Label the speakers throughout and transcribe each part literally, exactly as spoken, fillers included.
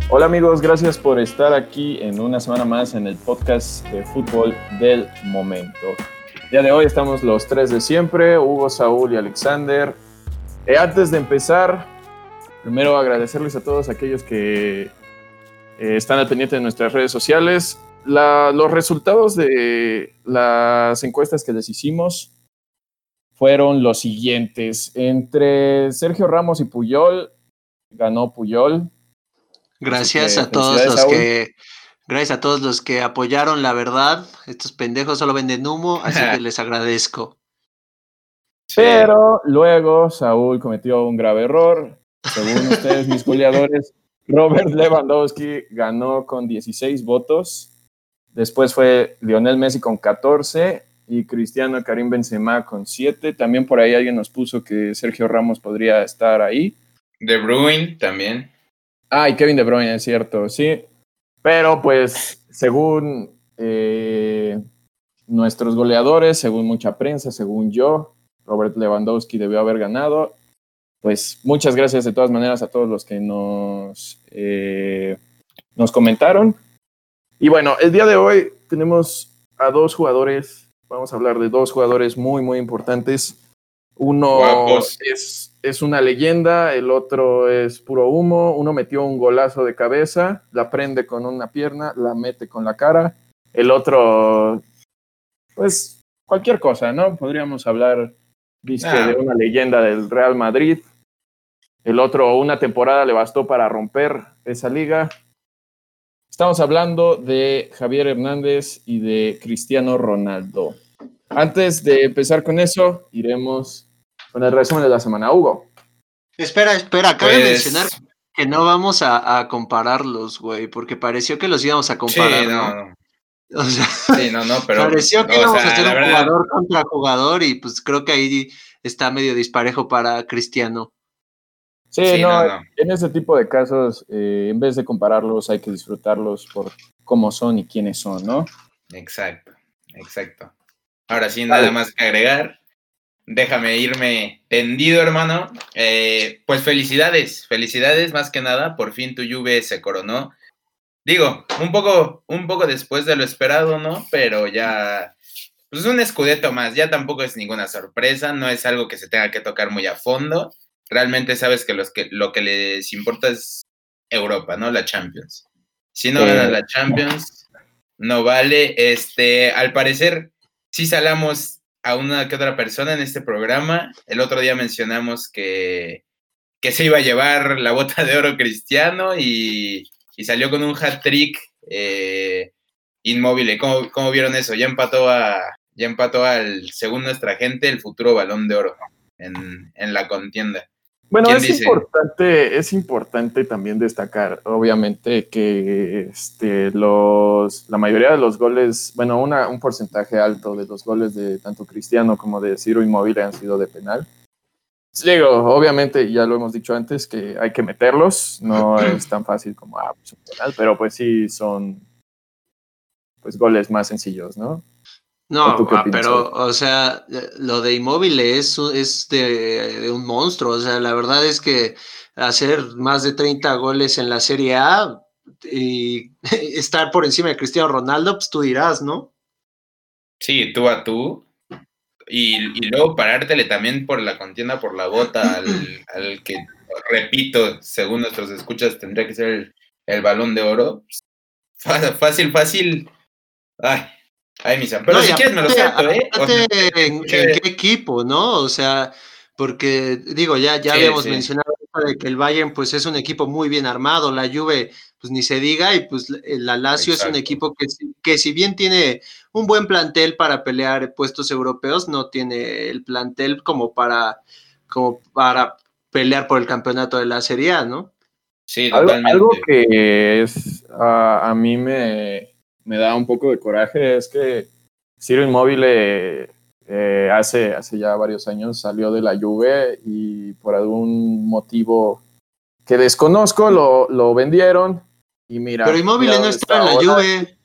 Speaker 1: Hola amigos, gracias por estar aquí en una semana más en el podcast de fútbol del momento. El día de hoy estamos los tres de siempre, Hugo, Saúl y Alexander. Eh, antes de empezar, primero agradecerles a todos aquellos que eh, están al pendiente de nuestras redes sociales. La, los resultados de las encuestas que les hicimos fueron los siguientes. Entre Sergio Ramos y Puyol, ganó Puyol.
Speaker 2: Gracias a todos los Saúl. que gracias a todos los que apoyaron la verdad. Estos pendejos solo venden humo, así que les agradezco.
Speaker 1: Pero luego Saúl cometió un grave error. Según ustedes, mis goleadores, Robert Lewandowski ganó con dieciséis votos. Después fue Lionel Messi con catorce y Cristiano Karim Benzema con siete. También por ahí alguien nos puso que Sergio Ramos podría estar ahí.
Speaker 3: De Bruyne también.
Speaker 1: Ah, y Kevin De Bruyne, es cierto, sí. Pero pues, según eh, nuestros goleadores, según mucha prensa, según yo, Robert Lewandowski debió haber ganado. Pues muchas gracias de todas maneras a todos los que nos, eh, nos comentaron. Y bueno, el día de hoy tenemos a dos jugadores, vamos a hablar de dos jugadores muy, muy importantes. Uno es, es una leyenda, el otro es puro humo. Uno metió un golazo de cabeza, la prende con una pierna, la mete con la cara. El otro, pues, cualquier cosa, ¿no? Podríamos hablar, viste, ah. de una leyenda del Real Madrid. El otro, una temporada le bastó para romper esa liga. Estamos hablando de Javier Hernández y de Cristiano Ronaldo. Antes de empezar con eso, iremos con el resumen de la semana. Hugo.
Speaker 2: Espera, espera, cabe pues... mencionar que no vamos a, a compararlos, güey, porque pareció que los íbamos a comparar,
Speaker 3: sí,
Speaker 2: ¿no?
Speaker 3: no.
Speaker 2: O sea,
Speaker 3: sí, no, no, pero...
Speaker 2: pareció que íbamos
Speaker 3: sea,
Speaker 2: a hacer un
Speaker 3: verdad...
Speaker 2: jugador contra jugador y pues creo que ahí está medio disparejo para Cristiano.
Speaker 1: Sí, sí no, no, no, en ese tipo de casos, eh, en vez de compararlos, hay que disfrutarlos por cómo son y quiénes son, ¿no?
Speaker 3: Exacto, exacto. Ahora sí, nada más que agregar. Déjame irme tendido, hermano. Eh, pues felicidades, felicidades más que nada. Por fin tu Juve se coronó. Digo, un poco, un poco después de lo esperado, ¿no? Pero ya, pues un escudeto más. Ya tampoco es ninguna sorpresa. No es algo que se tenga que tocar muy a fondo. Realmente sabes que, los que lo que les importa es Europa, ¿no? La Champions. Si no eh... ganan la Champions, no vale. Este, al parecer, sí salamos a una que otra persona en este programa. El otro día mencionamos que, que se iba a llevar la bota de oro Cristiano y, y salió con un hat-trick eh, Inmóvil. ¿Cómo, ¿Cómo vieron eso? Ya empató a ya empató al, según nuestra gente, el futuro Balón de Oro en, en la contienda.
Speaker 1: Bueno, es dice? importante, es importante también destacar, obviamente, que este, los, la mayoría de los goles, bueno, una, un porcentaje alto de los goles de tanto Cristiano como de Ciro Inmóvil han sido de penal. Digo, obviamente, ya lo hemos dicho antes, que hay que meterlos, no es tan fácil como, ah, pues un penal, pero pues sí son pues goles más sencillos, ¿no?
Speaker 2: No, ah, pero, o sea, lo de Inmóvil es, es de, de un monstruo. O sea, la verdad es que hacer más de treinta goles en la Serie A y estar por encima de Cristiano Ronaldo, pues tú dirás, ¿no?
Speaker 3: Sí, tú a tú. Y, y luego parártele también por la contienda por la bota al, al que, repito, según nuestros escuchas, tendría que ser el, el Balón de Oro. Fácil, fácil. Ay. Ay, misa. Pero no, si quieres me lo siento, ¿eh?
Speaker 2: O sea, en, ¿en qué equipo, no? O sea, porque, digo, ya, ya sí, habíamos sí. mencionado de que el Bayern, pues, es un equipo muy bien armado, la Juve, pues, ni se diga, y pues, la Lazio Exacto. es un equipo que, que si bien tiene un buen plantel para pelear puestos europeos, no tiene el plantel como para, como para pelear por el campeonato de la Serie A, ¿no?
Speaker 1: Sí, totalmente. Algo, algo que es, uh, a mí me... me da un poco de coraje es que Ciro Inmóvil eh, eh, hace, hace ya varios años salió de la Juve y por algún motivo que desconozco lo, lo vendieron y mira.
Speaker 2: Pero Inmóvil no está en la ahora. Juve.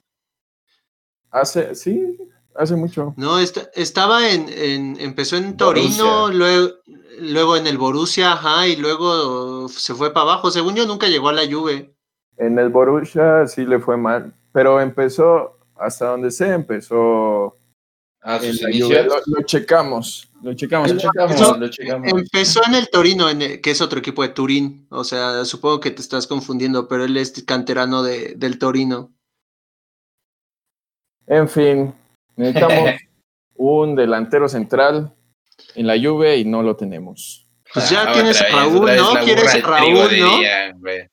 Speaker 1: Hace, sí, hace mucho.
Speaker 2: No, está, estaba en, en, empezó en Torino, luego, luego en el Borussia, ajá, y luego se fue para abajo. Según yo nunca llegó a la Juve.
Speaker 1: En el Borussia sí le fue mal, pero empezó, hasta donde sé, empezó
Speaker 3: a sus
Speaker 1: en
Speaker 3: inicios.
Speaker 1: Lo, lo checamos, lo checamos,
Speaker 3: lo checamos,
Speaker 2: Eso,
Speaker 3: lo checamos.
Speaker 2: Empezó en el Torino, en el, que es otro equipo de Turín. O sea, supongo que te estás confundiendo, pero él es canterano de, del Torino.
Speaker 1: En fin, necesitamos un delantero central en la Juve y no lo tenemos.
Speaker 2: Pues ya
Speaker 3: Ah,
Speaker 2: tienes a Raúl, ¿no? ¿Quieres a Raúl, no?
Speaker 3: Güey.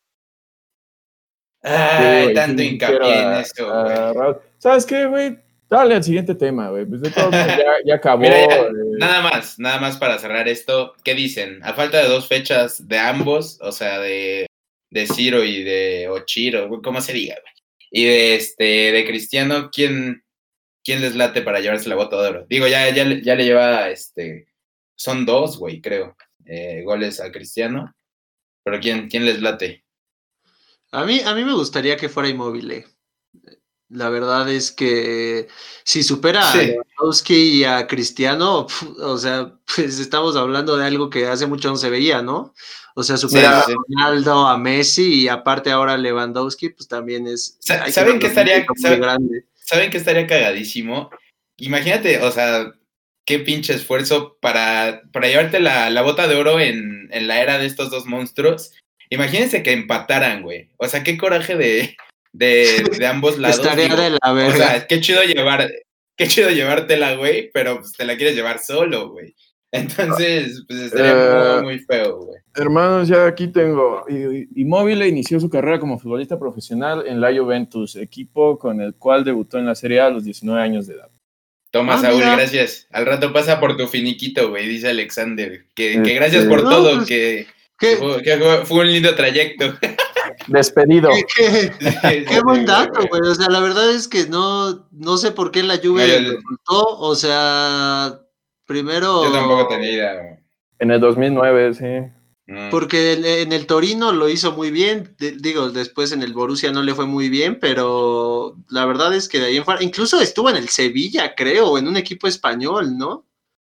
Speaker 3: Ay,
Speaker 1: sí,
Speaker 3: tanto
Speaker 1: sí,
Speaker 3: hincapié en
Speaker 1: a,
Speaker 3: eso,
Speaker 1: a
Speaker 3: güey.
Speaker 1: ¿Sabes qué, güey? Dale al siguiente tema, güey. Pues de todo ya, ya acabó.
Speaker 3: Mira, ya,
Speaker 1: eh.
Speaker 3: Nada más, nada más para cerrar esto. ¿Qué dicen? A falta de dos fechas de ambos, o sea, de, de Ciro y de Ochiro, ¿cómo se diga, güey? Y de este, de Cristiano, ¿quién, quién les late para llevarse la bota de oro? Digo, ya, ya, ya le lleva, este, son dos, güey, creo, eh, goles a Cristiano. Pero ¿quién, quién les late?
Speaker 2: A mí, a mí me gustaría que fuera Immobile. La verdad es que si supera sí. a Lewandowski y a Cristiano, o sea, pues estamos hablando de algo que hace mucho no se veía, ¿no? O sea, supera sí, sí. a Ronaldo, a Messi y aparte ahora Lewandowski, pues también es...
Speaker 3: Sa- ¿Saben qué estaría, sabe, grande. ¿Saben qué estaría cagadísimo? Imagínate, o sea, qué pinche esfuerzo para, para llevarte la, la bota de oro en, en la era de estos dos monstruos. Imagínense que empataran, güey. O sea, qué coraje de... De, de ambos lados.
Speaker 2: Estaría digo, de la verga.
Speaker 3: O sea, qué chido llevar, qué chido llevártela, güey, pero pues te la quieres llevar solo, güey. Entonces, pues estaría uh, muy, muy feo, güey.
Speaker 1: Hermanos, ya aquí tengo. Immobile inició su carrera como futbolista profesional en la Juventus, equipo con el cual debutó en la Serie A a los diecinueve años de edad.
Speaker 3: Toma, ah, Saúl, mira. Gracias. Al rato pasa por tu finiquito, güey, dice Alexander. Que, este... que gracias por no, todo, pues, que, que, fue, que fue un lindo trayecto.
Speaker 1: Despedido.
Speaker 2: Qué, qué, qué buen dato, güey. O sea, la verdad es que no, no sé por qué la Juve no, yo... resultó. O sea, primero.
Speaker 3: Yo tampoco tenía idea, güey.
Speaker 1: En el dos mil nueve, sí.
Speaker 2: Porque en, en el Torino lo hizo muy bien. De, digo, después en el Borussia no le fue muy bien, pero la verdad es que de ahí en fuera. Incluso estuvo en el Sevilla, creo, en un equipo español, ¿no?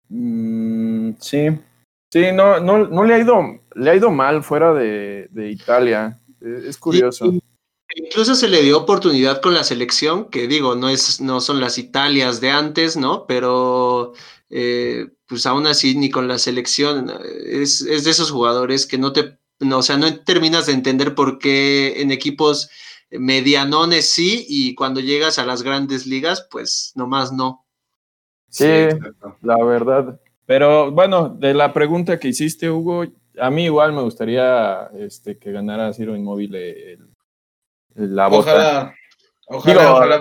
Speaker 1: Mm, sí. Sí, no, no, no le ha ido, le ha ido mal fuera de, de Italia. Es curioso.
Speaker 2: Y, incluso se le dio oportunidad con la selección, que digo, no es, no son las Italias de antes, ¿no? Pero eh, pues aún así ni con la selección es, es de esos jugadores que no te, no, o sea, no terminas de entender por qué en equipos medianones sí y cuando llegas a las grandes ligas, pues nomás no.
Speaker 1: Sí, sí, la verdad. Pero bueno, de la pregunta que hiciste, Hugo, a mí igual me gustaría este, que ganara Ciro Immobile el, el, la bota.
Speaker 3: Ojalá, ojalá,
Speaker 1: Digo,
Speaker 3: ojalá.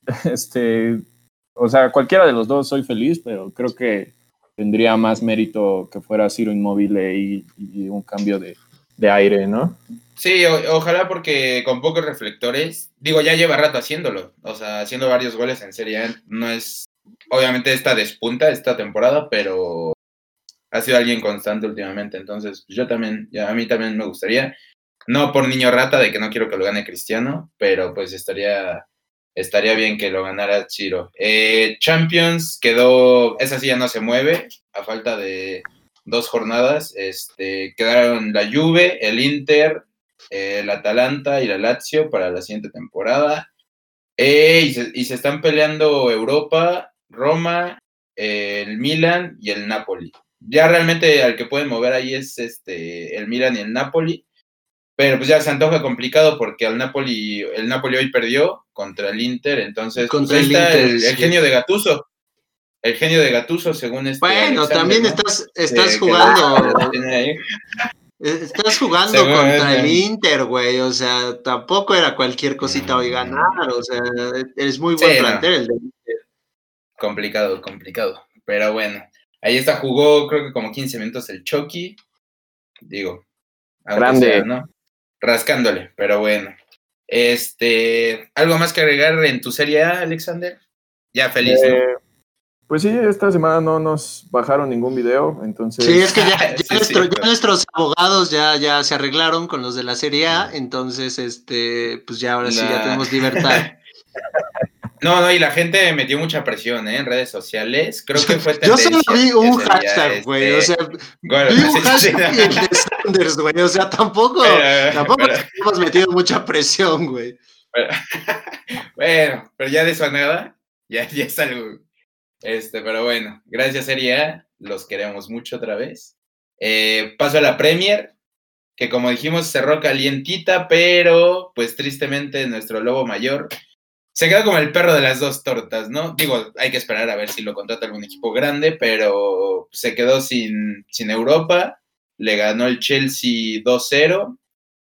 Speaker 1: Este, o sea, cualquiera de los dos soy feliz, pero creo que tendría más mérito que fuera Ciro Immobile y, y un cambio de, de aire, ¿no?
Speaker 3: Sí, o, ojalá porque con pocos reflectores, digo, ya lleva rato haciéndolo, o sea, haciendo varios goles en Serie A, no es, obviamente esta despunta esta temporada, pero ha sido alguien constante últimamente, entonces yo también, ya, a mí también me gustaría, no por niño rata de que no quiero que lo gane Cristiano, pero pues estaría, estaría bien que lo ganara Ciro. Eh, Champions quedó, esa sí ya no se mueve, a falta de dos jornadas, este, quedaron la Juve, el Inter, eh, el Atalanta y la Lazio para la siguiente temporada, eh, y, se, y se están peleando Europa, Roma, eh, el Milan y el Napoli. Ya realmente al que pueden mover ahí es este el Milan y el Napoli, pero pues ya se antoja complicado porque el Napoli, el Napoli hoy perdió contra el Inter, entonces
Speaker 2: contra
Speaker 3: pues ahí
Speaker 2: el
Speaker 3: está
Speaker 2: Inter,
Speaker 3: el, el
Speaker 2: sí.
Speaker 3: genio de Gattuso, el genio de Gattuso según este
Speaker 2: Bueno,
Speaker 3: Alexander,
Speaker 2: también
Speaker 3: ¿no?
Speaker 2: estás, estás
Speaker 3: eh,
Speaker 2: jugando...
Speaker 3: Que,
Speaker 2: Estás jugando según, contra el Inter, güey, o sea, tampoco era cualquier cosita hoy ganar, o sea, es muy buen sí, plantel no. el de Inter.
Speaker 3: Complicado, complicado, pero bueno, ahí está, jugó creo que como quince minutos el Chucky, digo, aunque
Speaker 1: grande,
Speaker 3: sea, ¿no? Rascándole, pero bueno. Este, ¿algo más que agregar en tu Serie A, Alexander? Ya feliz,
Speaker 1: eh,
Speaker 3: ¿no?
Speaker 1: Pues sí, esta semana no nos bajaron ningún video, entonces...
Speaker 2: Sí, es que ya, ya,
Speaker 3: sí,
Speaker 2: nuestro,
Speaker 3: sí,
Speaker 2: ya nuestros abogados ya, ya se arreglaron con los de la Serie A, entonces, este, pues ya ahora la... sí ya tenemos libertad.
Speaker 3: No, no, y la gente metió mucha presión, ¿eh? En redes sociales. Creo que fue
Speaker 2: tendencia. Yo solo vi un
Speaker 3: hashtag,
Speaker 2: hashtag, güey,
Speaker 3: este...
Speaker 2: o sea,
Speaker 3: bueno,
Speaker 2: vi un
Speaker 3: sí,
Speaker 2: hashtag
Speaker 3: sí,
Speaker 2: y el de Sounders, güey. O sea, tampoco, pero, tampoco pero, hemos metido mucha presión, güey.
Speaker 3: Pero, bueno, pero ya de eso a nada, ya, ya es algo. Este, pero bueno, gracias Serie A, los queremos mucho otra vez. Eh, paso a la Premier, que como dijimos cerró calientita, pero pues tristemente nuestro lobo mayor se quedó como el perro de las dos tortas, ¿no? Digo, hay que esperar a ver si lo contrata algún equipo grande, pero se quedó sin, sin Europa, le ganó el Chelsea dos cero.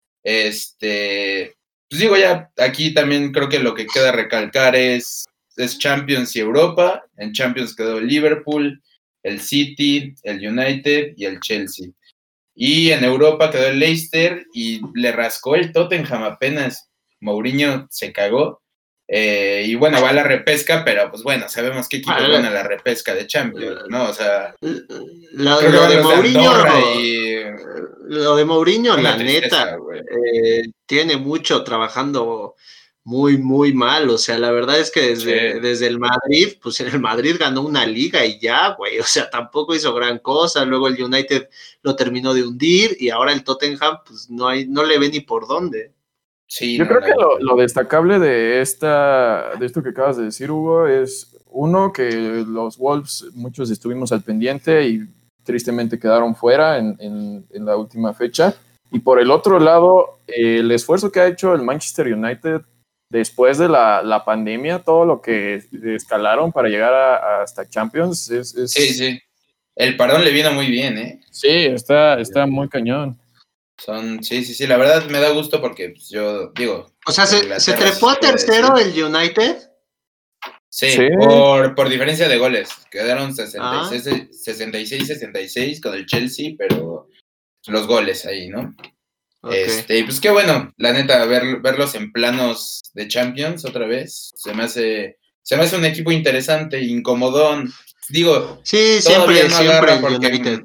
Speaker 3: Este, pues digo ya, aquí también creo que lo que queda recalcar es, es Champions y Europa. En Champions quedó el Liverpool, el City, el United y el Chelsea. Y en Europa quedó el Leicester y le rascó el Tottenham apenas. Mourinho se cagó. Eh, y bueno, va a la repesca, pero pues bueno, sabemos qué equipos van a la repesca de Champions, ¿no? O sea,
Speaker 2: lo, creo lo que de Mourinho, y... lo de Mourinho, la tristeza, neta, eh, tiene mucho trabajando muy, muy mal. O sea, la verdad es que desde, sí. desde el Madrid, pues en el Madrid ganó una liga y ya, güey. O sea, tampoco hizo gran cosa. Luego el United lo terminó de hundir y ahora el Tottenham, pues no hay, no le ve ni por dónde.
Speaker 1: Sí, Yo no, creo no, que lo, lo destacable de esta, de esto que acabas de decir, Hugo, es uno, que los Wolves, muchos estuvimos al pendiente y tristemente quedaron fuera en, en, en la última fecha. Y por el otro lado, eh, el esfuerzo que ha hecho el Manchester United después de la, la pandemia, todo lo que escalaron para llegar a, a hasta Champions. Es, es...
Speaker 3: Sí, sí. El parón le vino muy bien, ¿eh?
Speaker 1: Sí, está, está muy cañón.
Speaker 3: Son, sí, sí, sí, la verdad me da gusto porque pues, yo digo...
Speaker 2: O sea, ¿se, ¿se trepó a tercero el United?
Speaker 3: Sí, sí. Por, por diferencia de goles. Quedaron sesenta y seis, sesenta y seis, sesenta y seis con el Chelsea, pero los goles ahí, ¿no? Okay. Este, y pues qué bueno, la neta, ver, verlos en planos de Champions otra vez. Se me hace, se me hace un equipo interesante, incomodón. Digo,
Speaker 2: sí, siempre, no siempre el porque, United.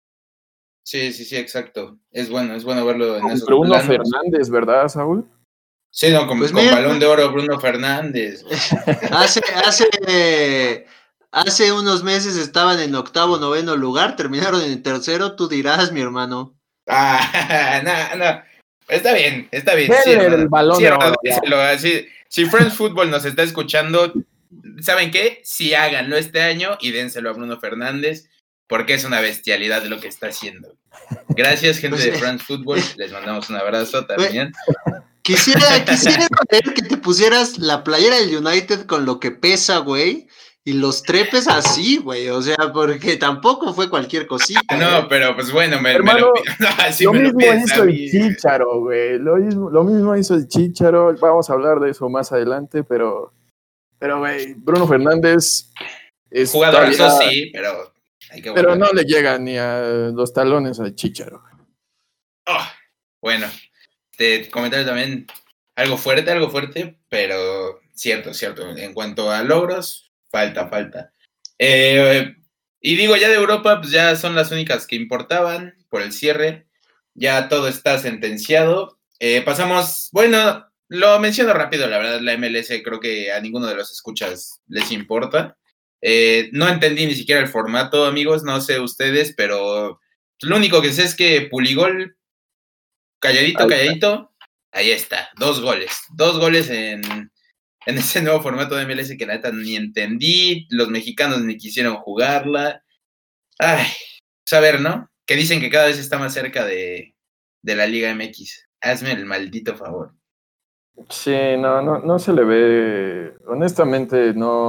Speaker 3: Sí, sí, sí, exacto. Es bueno, es bueno verlo en
Speaker 1: con
Speaker 3: esos
Speaker 1: Bruno
Speaker 3: planos.
Speaker 1: Fernández, ¿verdad, Saúl?
Speaker 3: Sí, no, con, pues con mira, balón de oro Bruno Fernández.
Speaker 2: hace, hace, hace unos meses estaban en octavo, noveno lugar, terminaron en tercero, tú dirás, mi hermano.
Speaker 3: Ah, no, no. Está bien, está bien.
Speaker 1: Sí, el balón
Speaker 3: sí,
Speaker 1: de oro.
Speaker 3: Si, si Friends Football nos está escuchando, ¿saben qué? Sí, háganlo este año y dénselo a Bruno Fernández, porque es una bestialidad lo que está haciendo. Gracias, gente de Friends Football. Les mandamos un abrazo también.
Speaker 2: Quisiera, quisiera ver que te pusieras la playera del United con lo que pesa, güey, y los trepes así, güey, o sea, porque tampoco fue cualquier cosita.
Speaker 3: No,
Speaker 2: ¿eh?
Speaker 3: pero pues bueno, me,
Speaker 1: Hermano,
Speaker 3: me lo, no, así
Speaker 1: lo
Speaker 3: me
Speaker 1: mismo
Speaker 3: lo
Speaker 1: hizo el Chícharo, güey, lo mismo, lo mismo hizo el Chícharo, vamos a hablar de eso más adelante, pero, pero, güey, Bruno Fernández es
Speaker 3: jugador, todavía, eso sí, pero hay que
Speaker 1: pero no le llega ni a los talones al Chícharo.
Speaker 3: Oh, bueno, te comentario también algo fuerte, algo fuerte, pero cierto, cierto. En cuanto a logros, falta, falta. Eh, y digo, ya de Europa, pues ya son las únicas que importaban por el cierre. Ya todo está sentenciado. Eh, pasamos, bueno, lo menciono rápido, la verdad, la M L S creo que a ninguno de los escuchas les importa. Eh, no entendí ni siquiera el formato, amigos, no sé ustedes, pero lo único que sé es que Puligol, calladito, calladito, ahí está, dos goles, dos goles en, en ese nuevo formato de M L S que neta ni entendí, los mexicanos ni quisieron jugarla. Ay, saber, ¿no? Que dicen que cada vez está más cerca de, de la Liga M X. Hazme el maldito favor.
Speaker 1: Sí, no, no, no se le ve, honestamente no.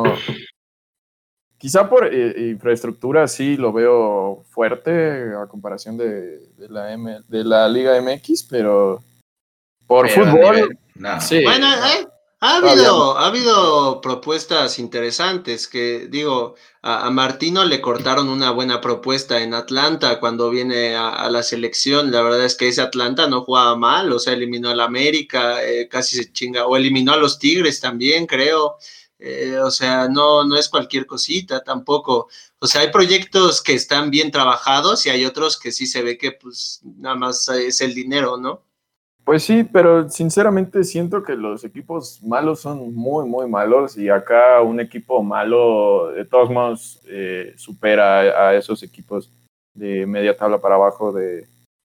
Speaker 1: Quizá por eh, infraestructura sí lo veo fuerte a comparación de, de, la, M, de la Liga M X, pero por pero fútbol, nivel,
Speaker 2: no. Sí, bueno, no. Eh, ha habido, ha habido propuestas interesantes que, digo, a, a Martino le cortaron una buena propuesta en Atlanta cuando viene a, a la selección. La verdad es que ese Atlanta no jugaba mal, o sea, eliminó al América, eh, casi se chinga, o eliminó a los Tigres también, creo. Eh, o sea, no, no es cualquier cosita tampoco. O sea, hay proyectos que están bien trabajados y hay otros que sí se ve que pues nada más es el dinero, ¿no?
Speaker 1: Pues sí, pero sinceramente siento que los equipos malos son muy, muy malos y acá un equipo malo de todos modos eh, supera a esos equipos de media tabla para abajo de,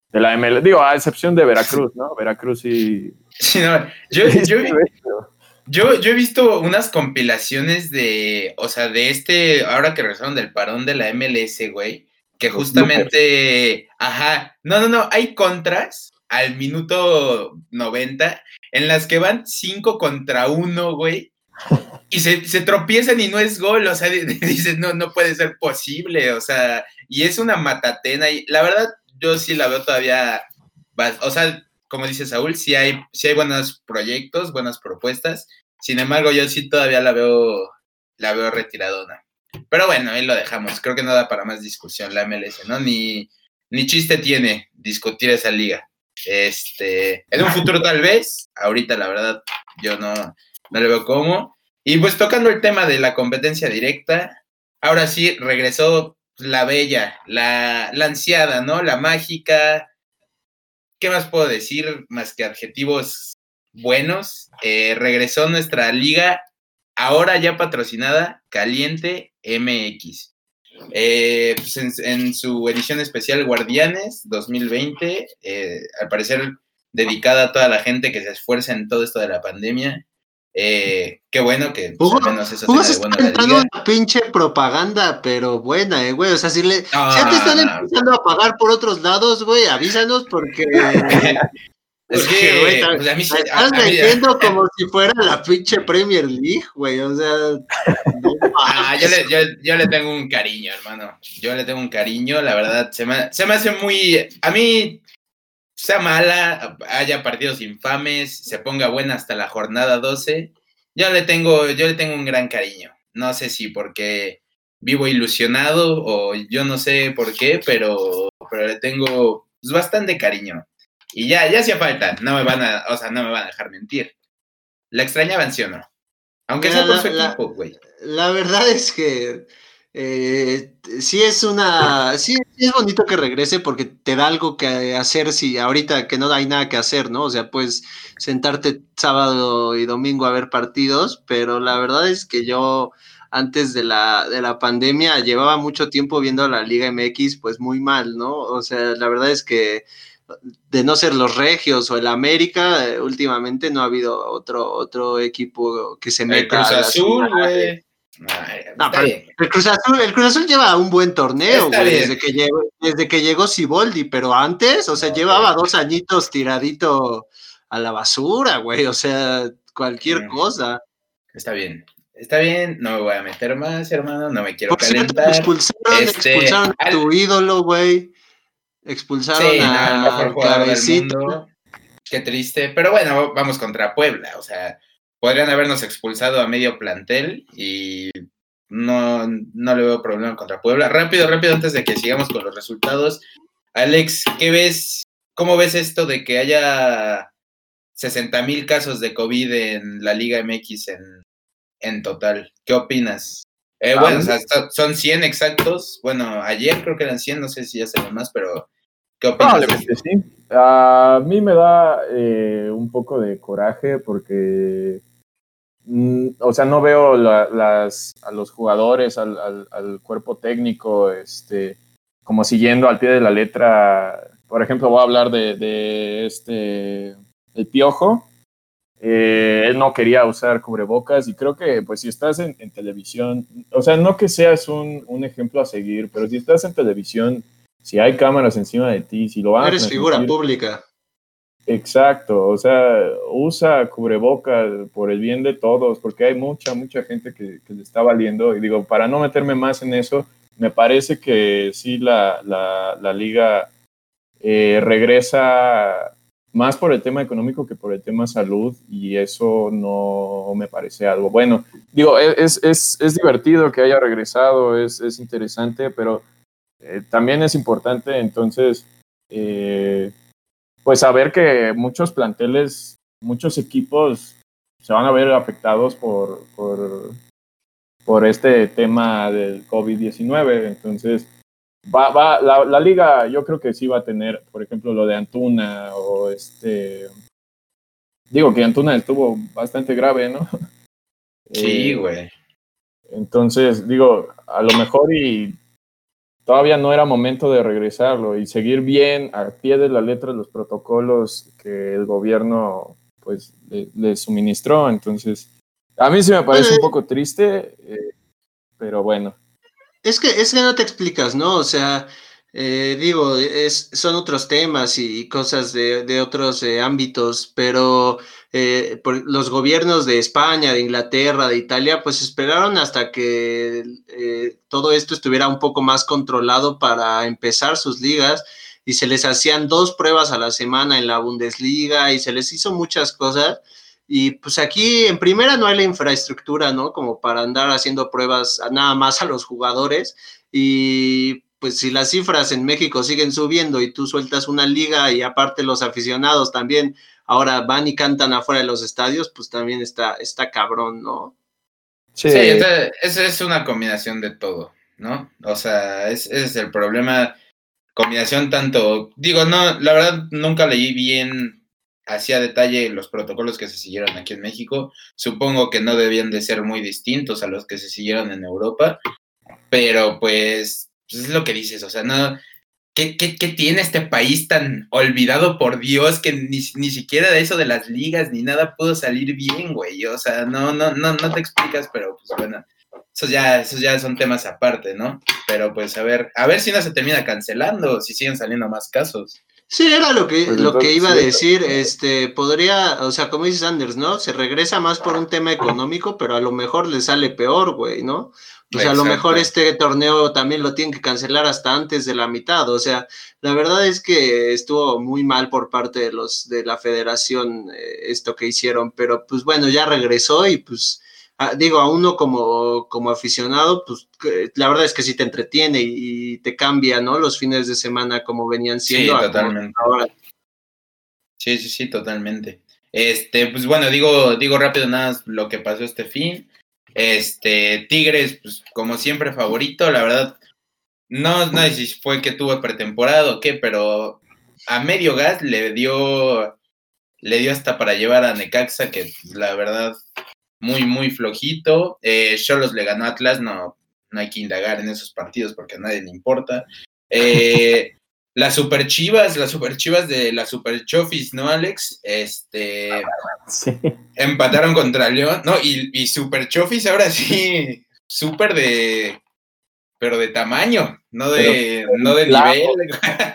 Speaker 1: de la M L S. Digo, a excepción de Veracruz, ¿no? Veracruz sí.
Speaker 3: Sí, no, yo, yo, yo, yo he visto unas compilaciones de, o sea, de este, ahora que regresaron del parón de la M L S, güey, que Los justamente, bloopers. Ajá, no, no, no, hay contras al minuto noventa en las que van cinco contra uno, güey, y se, se tropiezan y no es gol, o sea, dices, no, no puede ser posible, o sea, y es una matatena, y la verdad, yo sí la veo todavía, o sea, como dice Saúl, sí hay, sí hay buenos proyectos, buenas propuestas, sin embargo, yo sí todavía la veo, la veo retiradona. Pero bueno, ahí lo dejamos, creo que no da para más discusión la M L S, ¿no? Ni, ni chiste tiene discutir esa liga. Este, en un futuro tal vez, ahorita la verdad yo no, no le veo cómo. Y pues tocando el tema de la competencia directa, ahora sí regresó la bella, la, la ansiada, ¿no? La mágica. ¿Qué más puedo decir más que adjetivos buenos? Eh, regresó nuestra liga, ahora ya patrocinada, Caliente M X. Eh, pues en, en su edición especial Guardianes dos mil veinte, eh, al parecer dedicada a toda la gente que se esfuerza en todo esto de la pandemia. Eh, qué bueno que pues, al menos eso tenga de bueno la liga.
Speaker 2: Una pinche propaganda, pero buena, eh, güey. O sea, si, le, no, si ya te están no, empezando no. a pagar por otros lados, güey, avísanos porque...
Speaker 3: Es que,
Speaker 2: güey,
Speaker 3: pues a mí sí.
Speaker 2: Estás metiendo como si fuera la pinche Premier League, güey. O sea. No
Speaker 3: ah, yo, le, yo, yo le tengo un cariño, hermano. Yo le tengo un cariño, la verdad. Se me, se me hace muy. A mí, sea mala, haya partidos infames, se ponga buena hasta la jornada doce. Yo le tengo, yo le tengo un gran cariño. No sé si porque vivo ilusionado o yo no sé por qué, pero, pero le tengo pues, bastante cariño. Y ya, ya hacía falta, no me van a, o sea, no me van a dejar mentir. ¿La extrañaban, sí o no? Aunque Mira, sea por la, su equipo, güey.
Speaker 2: La, la verdad es que eh, sí es una, sí, sí es bonito que regrese porque te da algo que hacer si ahorita que no hay nada que hacer, ¿no? O sea, puedes sentarte sábado y domingo a ver partidos, pero la verdad es que yo antes de la, de la pandemia llevaba mucho tiempo viendo la Liga M X, pues muy mal, ¿no? O sea, la verdad es que de no ser los Regios o el América, eh, últimamente no ha habido otro, otro equipo que se meta.
Speaker 3: El Cruz Azul, güey.
Speaker 2: No, el, Cruz Azul, el Cruz Azul lleva un buen torneo, güey, desde que llegó, desde que llegó Siboldi, pero antes, o sea, no, llevaba okay. dos añitos tiradito a la basura, güey, o sea, cualquier mm. cosa.
Speaker 3: Está bien. Está bien, no me voy a meter más, hermano, no me quiero Por calentar.
Speaker 2: Cierto, expulsaron, este, expulsaron a tu al... ídolo, güey. Expulsaron
Speaker 3: sí,
Speaker 2: a
Speaker 3: no, el mejor jugador Cabecito. del mundo. Qué triste. Pero bueno, vamos contra Puebla. O sea, podrían habernos expulsado a medio plantel y no, no le veo problema contra Puebla. Rápido, rápido, antes de que sigamos con los resultados. Alex, ¿qué ves? ¿Cómo ves esto de que haya sesenta mil casos de COVID en la Liga M X en, en total? ¿Qué opinas? Eh, bueno, o sea, son cien exactos. Bueno, ayer creo que eran cien, no sé si ya se ven más, pero ¿qué opinas?
Speaker 1: Probablemente sí. A mí me da eh, un poco de coraje porque, mm, o sea, no veo la, las, a los jugadores, al, al, al cuerpo técnico, este, como siguiendo al pie de la letra. Por ejemplo, voy a hablar de, de este, el Piojo. Eh, él no quería usar cubrebocas y creo que pues si estás en, en televisión, o sea, no que seas un, un ejemplo a seguir, pero si estás en televisión, si hay cámaras encima de ti, si lo van
Speaker 2: Eres a figura pública.
Speaker 1: Exacto, o sea, usa cubrebocas por el bien de todos, porque hay mucha, mucha gente que, que le está valiendo y digo, para no meterme más en eso, me parece que sí la, la, la liga eh, regresa más por el tema económico que por el tema salud, y eso no me parece algo bueno. Digo, es, es, es divertido que haya regresado, es, es interesante, pero eh, también es importante, entonces, eh, pues saber que muchos planteles, muchos equipos se van a ver afectados por, por, por este tema del COVID diecinueve, entonces... Va, va, la, la liga yo creo que sí va a tener, por ejemplo, lo de Antuna o este... Digo que Antuna estuvo bastante grave, ¿no?
Speaker 3: Sí, güey.
Speaker 1: Eh, entonces, digo, a lo mejor y todavía no era momento de regresarlo y seguir bien a pie de la letra los protocolos que el gobierno pues le, le suministró. Entonces, a mí sí me parece un poco triste, eh, pero bueno.
Speaker 2: Es que, es que no te explicas, ¿no? O sea, eh, digo, es, son otros temas y cosas de, de otros eh, ámbitos, pero eh, por los gobiernos de España, de Inglaterra, de Italia, pues esperaron hasta que eh, todo esto estuviera un poco más controlado para empezar sus ligas y se les hacían dos pruebas a la semana en la Bundesliga y se les hizo muchas cosas. Y pues aquí en primera no hay la infraestructura, ¿no? Como para andar haciendo pruebas nada más a los jugadores. Y pues si las cifras en México siguen subiendo y tú sueltas una liga y aparte los aficionados también ahora van y cantan afuera de los estadios, pues también está, está cabrón, ¿no?
Speaker 3: Sí, sí, entonces, eso es una combinación de todo, ¿no? O sea, es, ese es el problema. Combinación tanto, digo, no, la verdad nunca leí bien hacia detalle los protocolos que se siguieron aquí en México. Supongo que no debían de ser muy distintos a los que se siguieron en Europa, pero pues, pues es lo que dices, o sea, no, ¿qué, qué, qué tiene este país tan olvidado por Dios que ni, ni siquiera de eso de las ligas ni nada pudo salir bien, güey? O sea, no, no, no, no te explicas, pero pues bueno, esos ya, esos ya son temas aparte, ¿no? Pero pues a ver, a ver si no se termina cancelando, si siguen saliendo más casos.
Speaker 2: Sí, era lo que, pues lo que iba a decir, este, podría, o sea, como dices Anders, ¿no? Se regresa más por un tema económico, pero a lo mejor le sale peor, güey, ¿no? O sea, Exacto. A lo mejor este torneo también lo tienen que cancelar hasta antes de la mitad, o sea, la verdad es que estuvo muy mal por parte de los, de la federación eh, esto que hicieron, pero pues bueno, ya regresó y pues, ah, digo, a uno como, como aficionado, pues la verdad es que sí te entretiene y, y te cambia, ¿no? Los fines de semana como venían siendo.
Speaker 3: Sí, totalmente. Ahora. Sí, sí, sí, totalmente. Este, pues bueno, digo, digo rápido nada más lo que pasó este fin. Este, Tigres, pues como siempre favorito, la verdad, no, no sé si fue que tuvo pretemporada o qué, pero a medio gas le dio, le dio hasta para llevar a Necaxa, que pues, la verdad, muy, muy flojito. Eh, Xolos le ganó a Atlas, no, no hay que indagar en esos partidos porque a nadie le importa. Eh, las Super Chivas, las Super Chivas de la Super Chofis, ¿no, Alex? Este, sí. Empataron contra León, no, y, y Super Chofis ahora sí, súper de, pero de tamaño, no de, pero, no de claro. nivel.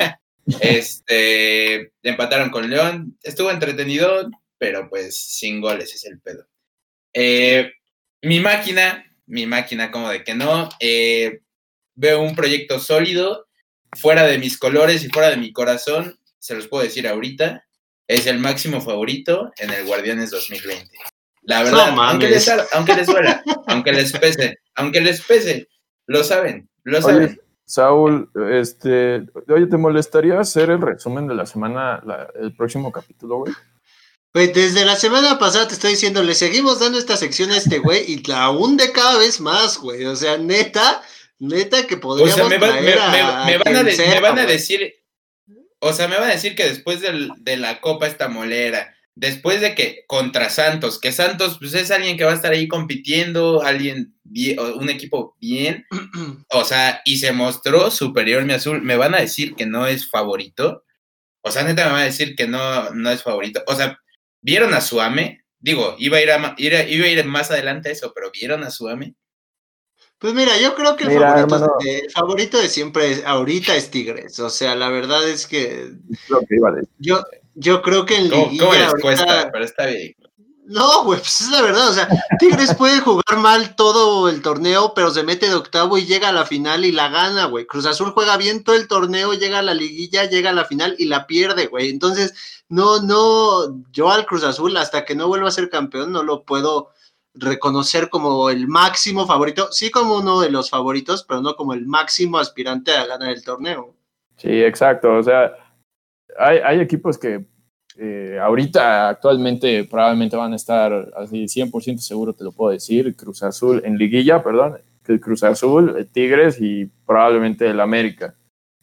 Speaker 3: Este, empataron con León, estuvo entretenido, pero pues sin goles es el pedo. Eh, mi máquina, mi máquina, como de que no, eh, veo un proyecto sólido, fuera de mis colores y fuera de mi corazón, se los puedo decir ahorita, es el máximo favorito en el Guardianes dos mil veinte. La verdad, no aunque, les, aunque les duela, aunque les pese, aunque les pese, lo saben, lo saben.
Speaker 1: Oye, Saúl, este, oye, ¿te molestaría hacer el resumen de la semana, la, el próximo capítulo, güey?
Speaker 2: Güey, desde la semana pasada te estoy diciendo, le seguimos dando esta sección a este güey y la hunde cada vez más, güey. O sea, neta, neta que podríamos o sea, me, va,
Speaker 3: me, me, me, van a de, sea, me van a decir, o sea, me van a decir que después del, de la Copa esta molera, después de que contra Santos, que Santos pues es alguien que va a estar ahí compitiendo, alguien, bien, un equipo bien, o sea, y se mostró superior mi azul, ¿me van a decir que no es favorito? O sea, neta me van a decir que no, no es favorito. O sea, ¿vieron a Suame? Digo, iba a ir, a, iba a ir más adelante a eso, pero ¿vieron a Suame?
Speaker 2: Pues mira, yo creo que el, mira, favorito, de, el favorito de siempre es, ahorita es Tigres. O sea, la verdad es que,
Speaker 1: lo que iba a decir.
Speaker 2: Yo, yo creo que en
Speaker 3: ¿Cómo,
Speaker 2: liguilla
Speaker 3: ¿Cómo les
Speaker 2: ahorita...
Speaker 3: cuesta? Pero está bien.
Speaker 2: No, güey, pues es la verdad, o sea, Tigres puede jugar mal todo el torneo, pero se mete de octavo y llega a la final y la gana, güey. Cruz Azul juega bien todo el torneo, llega a la liguilla, llega a la final y la pierde, güey. Entonces, no, no, yo al Cruz Azul, hasta que no vuelva a ser campeón, no lo puedo reconocer como el máximo favorito, sí como uno de los favoritos, pero no como el máximo aspirante a ganar el torneo.
Speaker 1: Sí, exacto, o sea, hay, hay equipos que Eh, ahorita actualmente probablemente van a estar así cien por ciento seguro, te lo puedo decir, Cruz Azul en liguilla, perdón, el Cruz Azul, el Tigres y probablemente el América,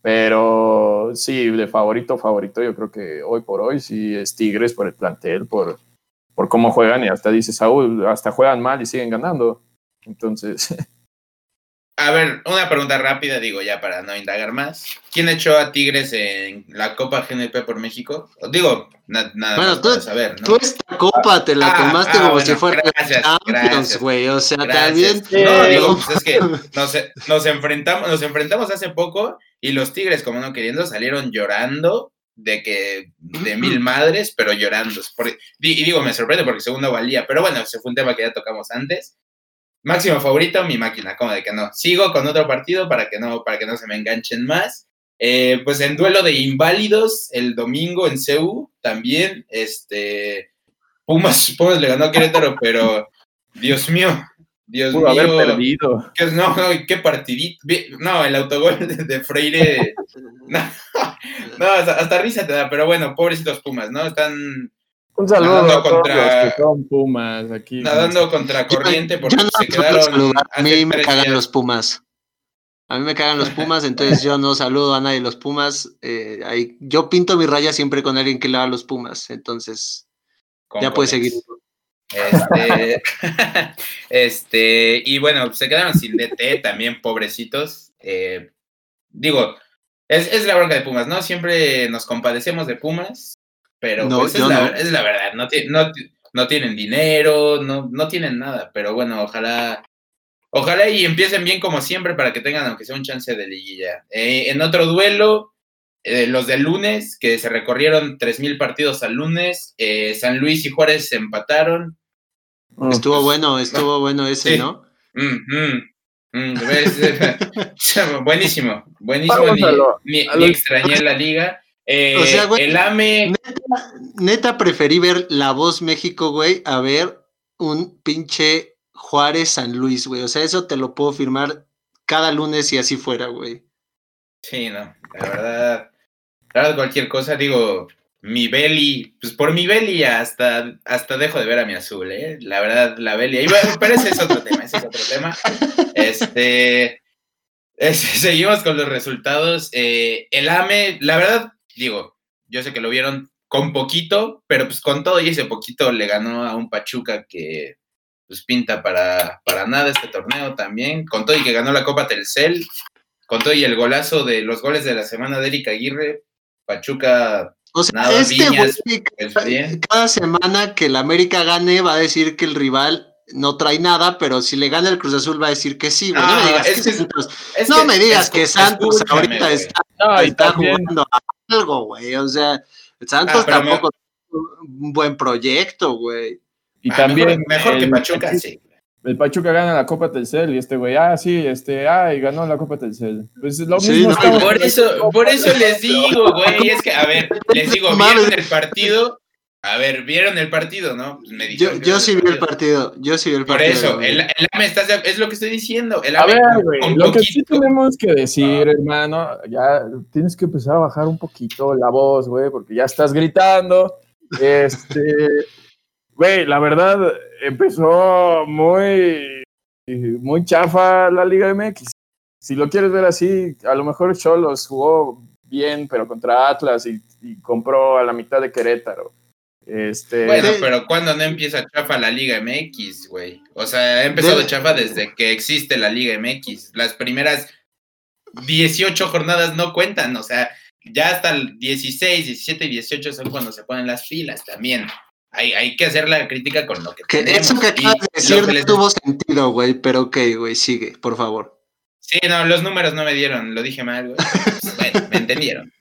Speaker 1: pero sí, de favorito, favorito yo creo que hoy por hoy sí es Tigres por el plantel, por, por cómo juegan y hasta dice Saúl, hasta juegan mal y siguen ganando, entonces
Speaker 3: A ver, una pregunta rápida, digo, ya para no indagar más. ¿Quién echó a Tigres en la Copa G N P por México? Digo, na- nada
Speaker 2: bueno,
Speaker 3: más
Speaker 2: tú,
Speaker 3: para saber, ¿no?
Speaker 2: tú esta copa te la
Speaker 3: Ah,
Speaker 2: tomaste
Speaker 3: ah,
Speaker 2: como
Speaker 3: bueno,
Speaker 2: si fuera
Speaker 3: gracias,
Speaker 2: Champions,
Speaker 3: gracias,
Speaker 2: güey. O sea,
Speaker 3: gracias.
Speaker 2: también.
Speaker 3: No, digo,
Speaker 2: No,
Speaker 3: pues es que nos, nos enfrentamos, nos enfrentamos hace poco y los Tigres, como no queriendo, salieron llorando de que de mil madres, pero llorando. Por- y digo, me sorprende porque segundo valía, pero bueno, ese fue un tema que ya tocamos antes. Máximo favorito, mi máquina, como de que no. Sigo con otro partido para que no, para que no se me enganchen más. Eh, pues en duelo de inválidos, el domingo en C U también, este, Pumas, Pumas le ganó a Querétaro, pero Dios mío, Dios
Speaker 1: Pudo haber
Speaker 3: mío,
Speaker 1: perdido.
Speaker 3: que, no, no, qué partidito, no, el autogol de, de Freire, no, no hasta, hasta risa te da, pero bueno, pobrecitos Pumas, ¿no? Están
Speaker 1: Un saludo
Speaker 3: nadando
Speaker 1: a todos
Speaker 3: contra,
Speaker 1: los que son Pumas aquí.
Speaker 3: nadando contra
Speaker 2: yo,
Speaker 3: corriente
Speaker 2: yo
Speaker 3: porque
Speaker 2: no
Speaker 3: se
Speaker 2: los voy a
Speaker 3: quedaron
Speaker 2: saludar. A
Speaker 3: hace
Speaker 2: mí me
Speaker 3: tres
Speaker 2: cagan
Speaker 3: días.
Speaker 2: los Pumas. A mí me cagan los Pumas, entonces yo no saludo a nadie de los Pumas. Eh, ahí, yo pinto mi raya siempre con alguien que le va a los Pumas, entonces
Speaker 3: Con
Speaker 2: ya puedes seguir.
Speaker 3: Este, este, y bueno, se quedaron sin D T también, pobrecitos. Eh, digo, es, es la bronca de Pumas, ¿no? Siempre nos compadecemos de Pumas, pero
Speaker 2: No,
Speaker 3: pues es
Speaker 2: yo
Speaker 3: la,
Speaker 2: no.
Speaker 3: es la verdad, no, no, no tienen dinero, no, no tienen nada, pero bueno, ojalá, ojalá y empiecen bien como siempre para que tengan aunque sea un chance de liguilla. Eh, en otro duelo, eh, los del lunes, que se recorrieron tres mil partidos al lunes, eh, San Luis y Juárez se empataron.
Speaker 2: Estuvo pues, bueno, estuvo no. bueno ese, sí. ¿no?
Speaker 3: Mm, mm, mm, buenísimo, buenísimo,
Speaker 1: Vamos
Speaker 3: ni,
Speaker 1: a lo,
Speaker 3: ni,
Speaker 1: a
Speaker 3: ni
Speaker 1: lo...
Speaker 3: extrañé la liga. Eh,
Speaker 2: o sea, güey,
Speaker 3: el A M E...
Speaker 2: Neta, neta preferí ver La Voz México, güey, a ver un pinche Juárez San Luis, güey. O sea, eso te lo puedo firmar cada lunes si así fuera, güey.
Speaker 3: Sí, no, la verdad, la verdad cualquier cosa, digo, mi Beli, pues por mi Beli hasta, hasta dejo de ver a mi azul, ¿eh? La verdad, la Beli, pero ese es otro tema, ese es otro tema. Este, es, seguimos con los resultados. Eh, el A M E, la verdad, digo, yo sé que lo vieron con poquito, pero pues con todo y ese poquito le ganó a un Pachuca que pues pinta para, para nada este torneo también, con todo y que ganó la Copa Telcel, con todo y el golazo de los goles de la semana de Eric Aguirre, Pachuca,
Speaker 2: o sea,
Speaker 3: nada,
Speaker 2: este
Speaker 3: Viñas,
Speaker 2: güey,
Speaker 3: pues bien.
Speaker 2: Cada semana que el América gane va a decir que el rival no trae nada, pero si le gana el Cruz Azul va a decir que sí, güey. No, no me digas que, que Santos, es no que, me digas que Santos ahorita wey. está,
Speaker 1: no,
Speaker 2: está jugando algo, güey. O sea, Santos ah, tampoco me... un buen proyecto, güey.
Speaker 1: Y ah, también
Speaker 3: mejor, mejor el, que Pachuca,
Speaker 1: el,
Speaker 3: sí.
Speaker 1: El Pachuca gana la Copa Telcel y este güey, ah, sí, este, ah, y ganó la Copa Telcel. Pues lo
Speaker 3: sí,
Speaker 1: mismo.
Speaker 3: No, por eso, por eso les digo, güey, es que, a ver, les digo, ¿vieron el partido? A ver, ¿vieron el partido, no?
Speaker 2: Me yo yo sí vi el partido, yo sí vi el
Speaker 3: por
Speaker 2: partido.
Speaker 3: Por eso, el, el A M E está, es lo que estoy diciendo. El
Speaker 1: a ver, güey, lo poquito. que sí tenemos que decir, ah. hermano, ya tienes que empezar a bajar un poquito la voz, güey, porque ya estás gritando. Este, güey, la verdad, empezó muy... muy chafa la Liga M X. Si lo quieres ver así, a lo mejor Xolos jugó bien, pero contra Atlas y, y compró a la mitad de Querétaro. Este...
Speaker 3: Bueno, pero ¿cuándo no empieza chafa la Liga M X, güey? O sea, ha empezado de... chafa desde que existe la Liga M X. Las primeras dieciocho jornadas no cuentan, o sea, ya hasta el dieciséis, diecisiete y dieciocho son cuando se ponen las filas también. Hay, hay que hacer la crítica con lo que, que tenemos.
Speaker 2: Eso que acabas de decir no les... tuvo sentido, güey, pero ok, güey, sigue, por favor.
Speaker 3: Sí, no, los números no me dieron, lo dije mal, güey. Pues, bueno, me entendieron.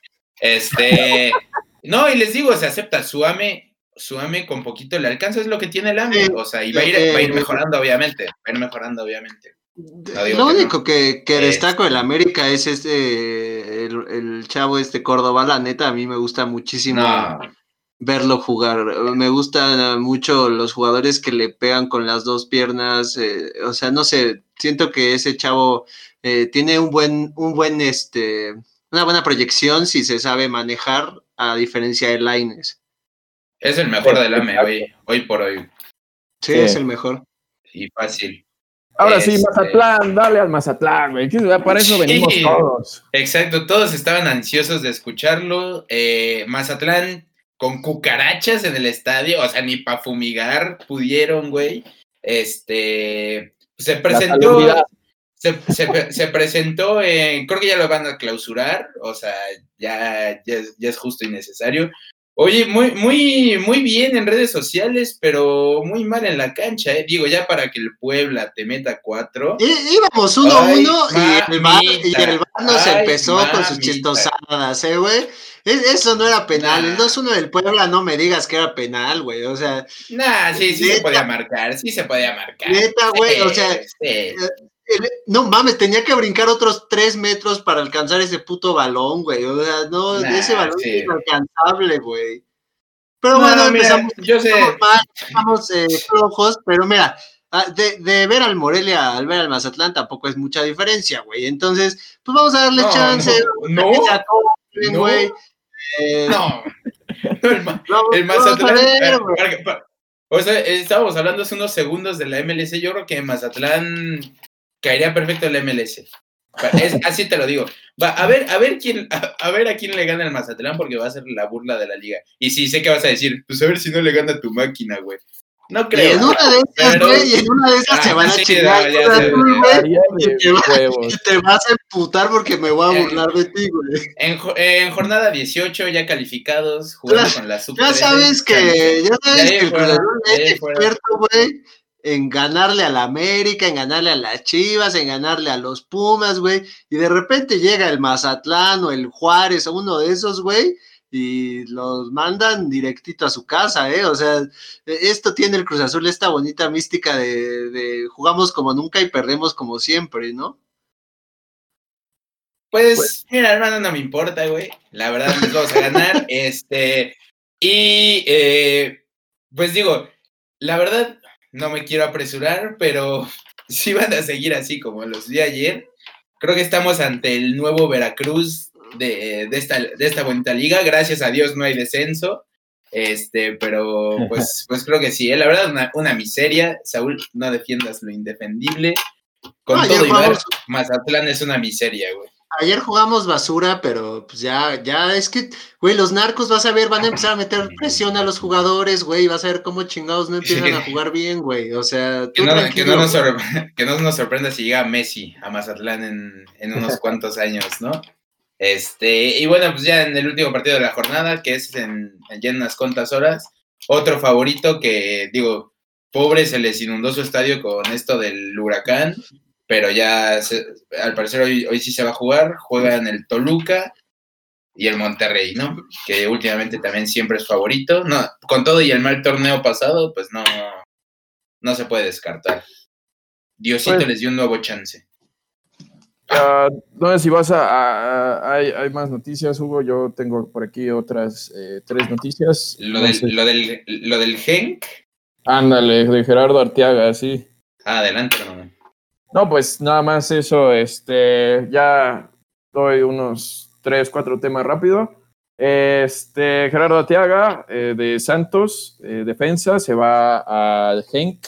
Speaker 3: Este, no, y les digo, se acepta, su A M E, su A M E con poquito le alcanza, es lo que tiene el A M E, o sea, y va a ir, eh, va a ir mejorando, obviamente, va a ir mejorando, obviamente.
Speaker 2: No lo que único no. que, que destaco del América es este, el, el chavo este Córdoba, la neta, a mí me gusta muchísimo. No. Verlo jugar. Me gustan mucho los jugadores que le pegan con las dos piernas. Eh, o sea, no sé, siento que ese chavo eh, tiene un buen, un buen, este, una buena proyección si se sabe manejar, a diferencia de Lainez.
Speaker 3: Es el mejor del A M E hoy, hoy por hoy.
Speaker 2: Sí, sí, es el mejor.
Speaker 3: Y fácil.
Speaker 1: Ahora este... sí, Mazatlán, dale al Mazatlán, güey. Para eso sí, venimos todos.
Speaker 3: Exacto, todos estaban ansiosos de escucharlo. Eh, Mazatlán con cucarachas en el estadio, o sea, ni para fumigar pudieron, güey. Este, se presentó, Se, se, se presentó, en, creo que ya lo van a clausurar, o sea, ya, ya, es, ya es justo y necesario. Oye, muy, muy, muy bien en redes sociales, pero muy mal en la cancha, ¿eh? Digo, ya para que el Puebla te meta cuatro.
Speaker 2: Í, íbamos uno a uno y el VAR, y el VAR nos ay, empezó mamita. Con sus chistosadas, ¿eh, güey? Eso no era penal, nah. El dos uno del Puebla no me digas que era penal, güey, o sea...
Speaker 3: Nah, sí, sí neta, se podía marcar, sí se podía marcar.
Speaker 2: Neta, güey, sí, o sea... Sí. No mames, tenía que brincar otros tres metros para alcanzar ese puto balón, güey. O sea, no, nah, ese balón sí. Es inalcanzable, güey. Pero no, bueno, mira, empezamos,
Speaker 3: yo sé.
Speaker 2: Mal, estamos eh, flojos, pero mira, de, de ver al Morelia al ver al Mazatlán tampoco es mucha diferencia, güey. Entonces, pues vamos a darle no, chance.
Speaker 3: No, no,
Speaker 2: no, güey.
Speaker 3: Eh, no. El, ma el Mazatlán. Ver, para, para, o sea, estábamos hablando hace unos segundos de la M L S. Yo creo que Mazatlán caería perfecto en la M L S. Es, así te lo digo. Va, a ver, a ver quién, a, a ver a quién le gana el Mazatlán, porque va a ser la burla de la liga. Y sí, sé que vas a decir, pues a ver si no le gana tu máquina, güey. No creo.
Speaker 2: Y en una de esas, pero... güey, y en una de esas ah, se van a sí, chingar. No, ya sé, güey, y, te va, y te vas a emputar porque me voy a burlar en, de ti, güey.
Speaker 3: En, en jornada dieciocho, ya calificados, jugando ya, con la sub
Speaker 2: Ya sabes que, ya sabes ya que el Cruz Azul es experto, güey, en ganarle a la América, en ganarle a las Chivas, en ganarle a los Pumas, güey, y de repente llega el Mazatlán o el Juárez o uno de esos, güey, y los mandan directito a su casa, ¿eh? O sea, esto tiene el Cruz Azul, esta bonita mística de, de jugamos como nunca y perdemos como siempre, ¿no?
Speaker 3: Pues, pues mira, hermano, no me importa, güey, la verdad les vamos a ganar, este, y, eh, pues digo, la verdad, no me quiero apresurar, pero si van a seguir así como los de ayer, creo que estamos ante el nuevo Veracruz de, de, esta, de esta bonita liga. Gracias a Dios no hay descenso, este, pero pues, pues creo que sí, ¿eh? La verdad, una, una miseria. Saúl, no defiendas lo indefendible. Con no, todo y ver, Mazatlán es una miseria, güey.
Speaker 2: Ayer jugamos basura, pero pues ya, ya es que, güey, los narcos, vas a ver, van a empezar a meter presión a los jugadores, güey, vas a ver cómo chingados no empiezan sí. a jugar bien, güey, o sea,
Speaker 3: tú que, no, que, no nos que no nos sorprenda si llega Messi a Mazatlán en, en unos cuantos años, ¿no? Este, y bueno, pues ya en el último partido de la jornada, que es en, ya en unas cuantas horas, otro favorito que, digo, pobre, se les inundó su estadio con esto del huracán, pero ya, se, al parecer, hoy, hoy sí se va a jugar. Juegan el Toluca y el Monterrey, ¿no? Que últimamente también siempre es favorito. No, con todo y el mal torneo pasado, pues no, no se puede descartar. Diosito pues, les dio un nuevo chance.
Speaker 1: Uh, no sé si vas a... a, a hay, hay más noticias, Hugo. Yo tengo por aquí otras eh, tres noticias.
Speaker 3: Lo, no del, sé. lo, del, lo del Genk.
Speaker 1: Ándale, de Gerardo Arteaga, sí.
Speaker 3: Ah, adelante, hermano.
Speaker 1: No, pues nada más eso, este, ya doy unos tres, cuatro temas rápido. Este, Gerardo Arteaga, eh, de Santos, eh, defensa, se va al Genk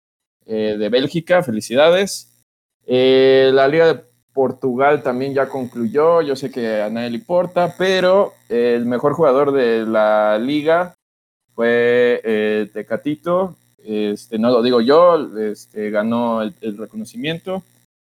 Speaker 1: eh, de Bélgica, felicidades. Eh, la Liga de Portugal también ya concluyó, yo sé que a nadie le importa, pero eh, el mejor jugador de la liga fue eh, Tecatito. Este, no lo digo yo, este, ganó el, el reconocimiento.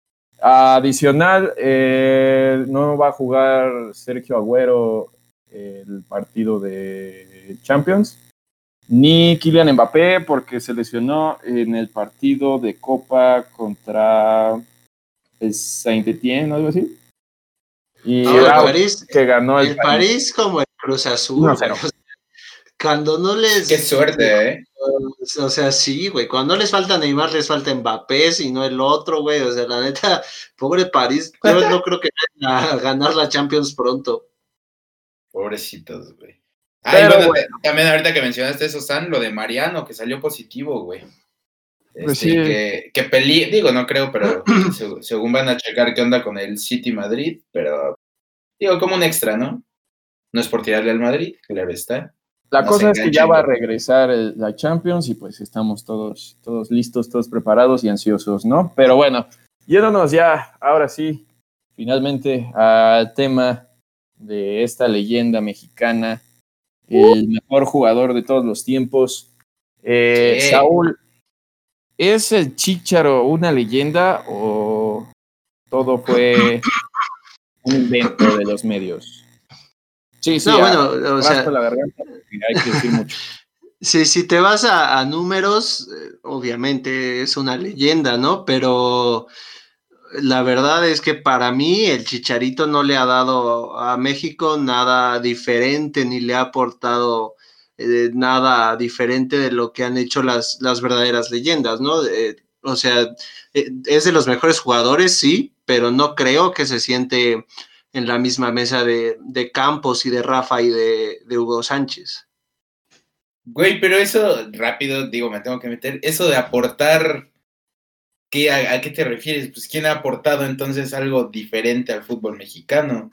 Speaker 1: Adicional, eh, no va a jugar Sergio Agüero el partido de Champions, ni Kylian Mbappé porque se lesionó en el partido de Copa contra el Saint-Étienne o algo así. Y
Speaker 2: no, el París,
Speaker 1: que ganó
Speaker 2: el, el París. París como el Cruz Azul.
Speaker 1: No, cero.
Speaker 2: Cuando no les...
Speaker 3: Qué suerte, ¿eh?
Speaker 2: O sea, sí, güey. Cuando no les falta Neymar, les falta Mbappé, si no el otro, güey. O sea, la neta, pobre París. Yo no creo que vayan a ganar la Champions pronto.
Speaker 3: Pobrecitos, güey. Ah, y bueno, bueno, también ahorita que mencionaste eso, San, lo de Mariano, que salió positivo, güey. Este, pues sí. Que, que peli... Digo, no creo, pero según van a checar qué onda con el City Madrid, pero digo, como un extra, ¿no? No es por tirarle al Madrid, claro está.
Speaker 1: La no cosa es que ya va a regresar el, la Champions y pues estamos todos, todos listos, todos preparados y ansiosos, ¿no? Pero bueno, yéndonos ya, ahora sí, finalmente al tema de esta leyenda mexicana, el mejor jugador de todos los tiempos. Eh, Saúl, ¿es el Chícharo una leyenda o, todo fue un invento de los medios. Sí, sí,
Speaker 2: no,
Speaker 1: a,
Speaker 2: bueno, o sea,
Speaker 1: la garganta, hay que decir mucho.
Speaker 2: Si, si te vas a, a números, eh, obviamente es una leyenda, ¿no? Pero la verdad es que para mí el Chicharito no le ha dado a México nada diferente, ni le ha aportado eh, nada diferente de lo que han hecho las, las verdaderas leyendas, ¿no? Eh, o sea, eh, es de los mejores jugadores, sí, pero no creo que se siente en la misma mesa de, de Campos y de Rafa y de, de Hugo Sánchez.
Speaker 3: Güey, pero eso, rápido, digo, me tengo que meter, eso de aportar, ¿qué, a, ¿a qué te refieres? Pues, ¿quién ha aportado entonces algo diferente al fútbol mexicano?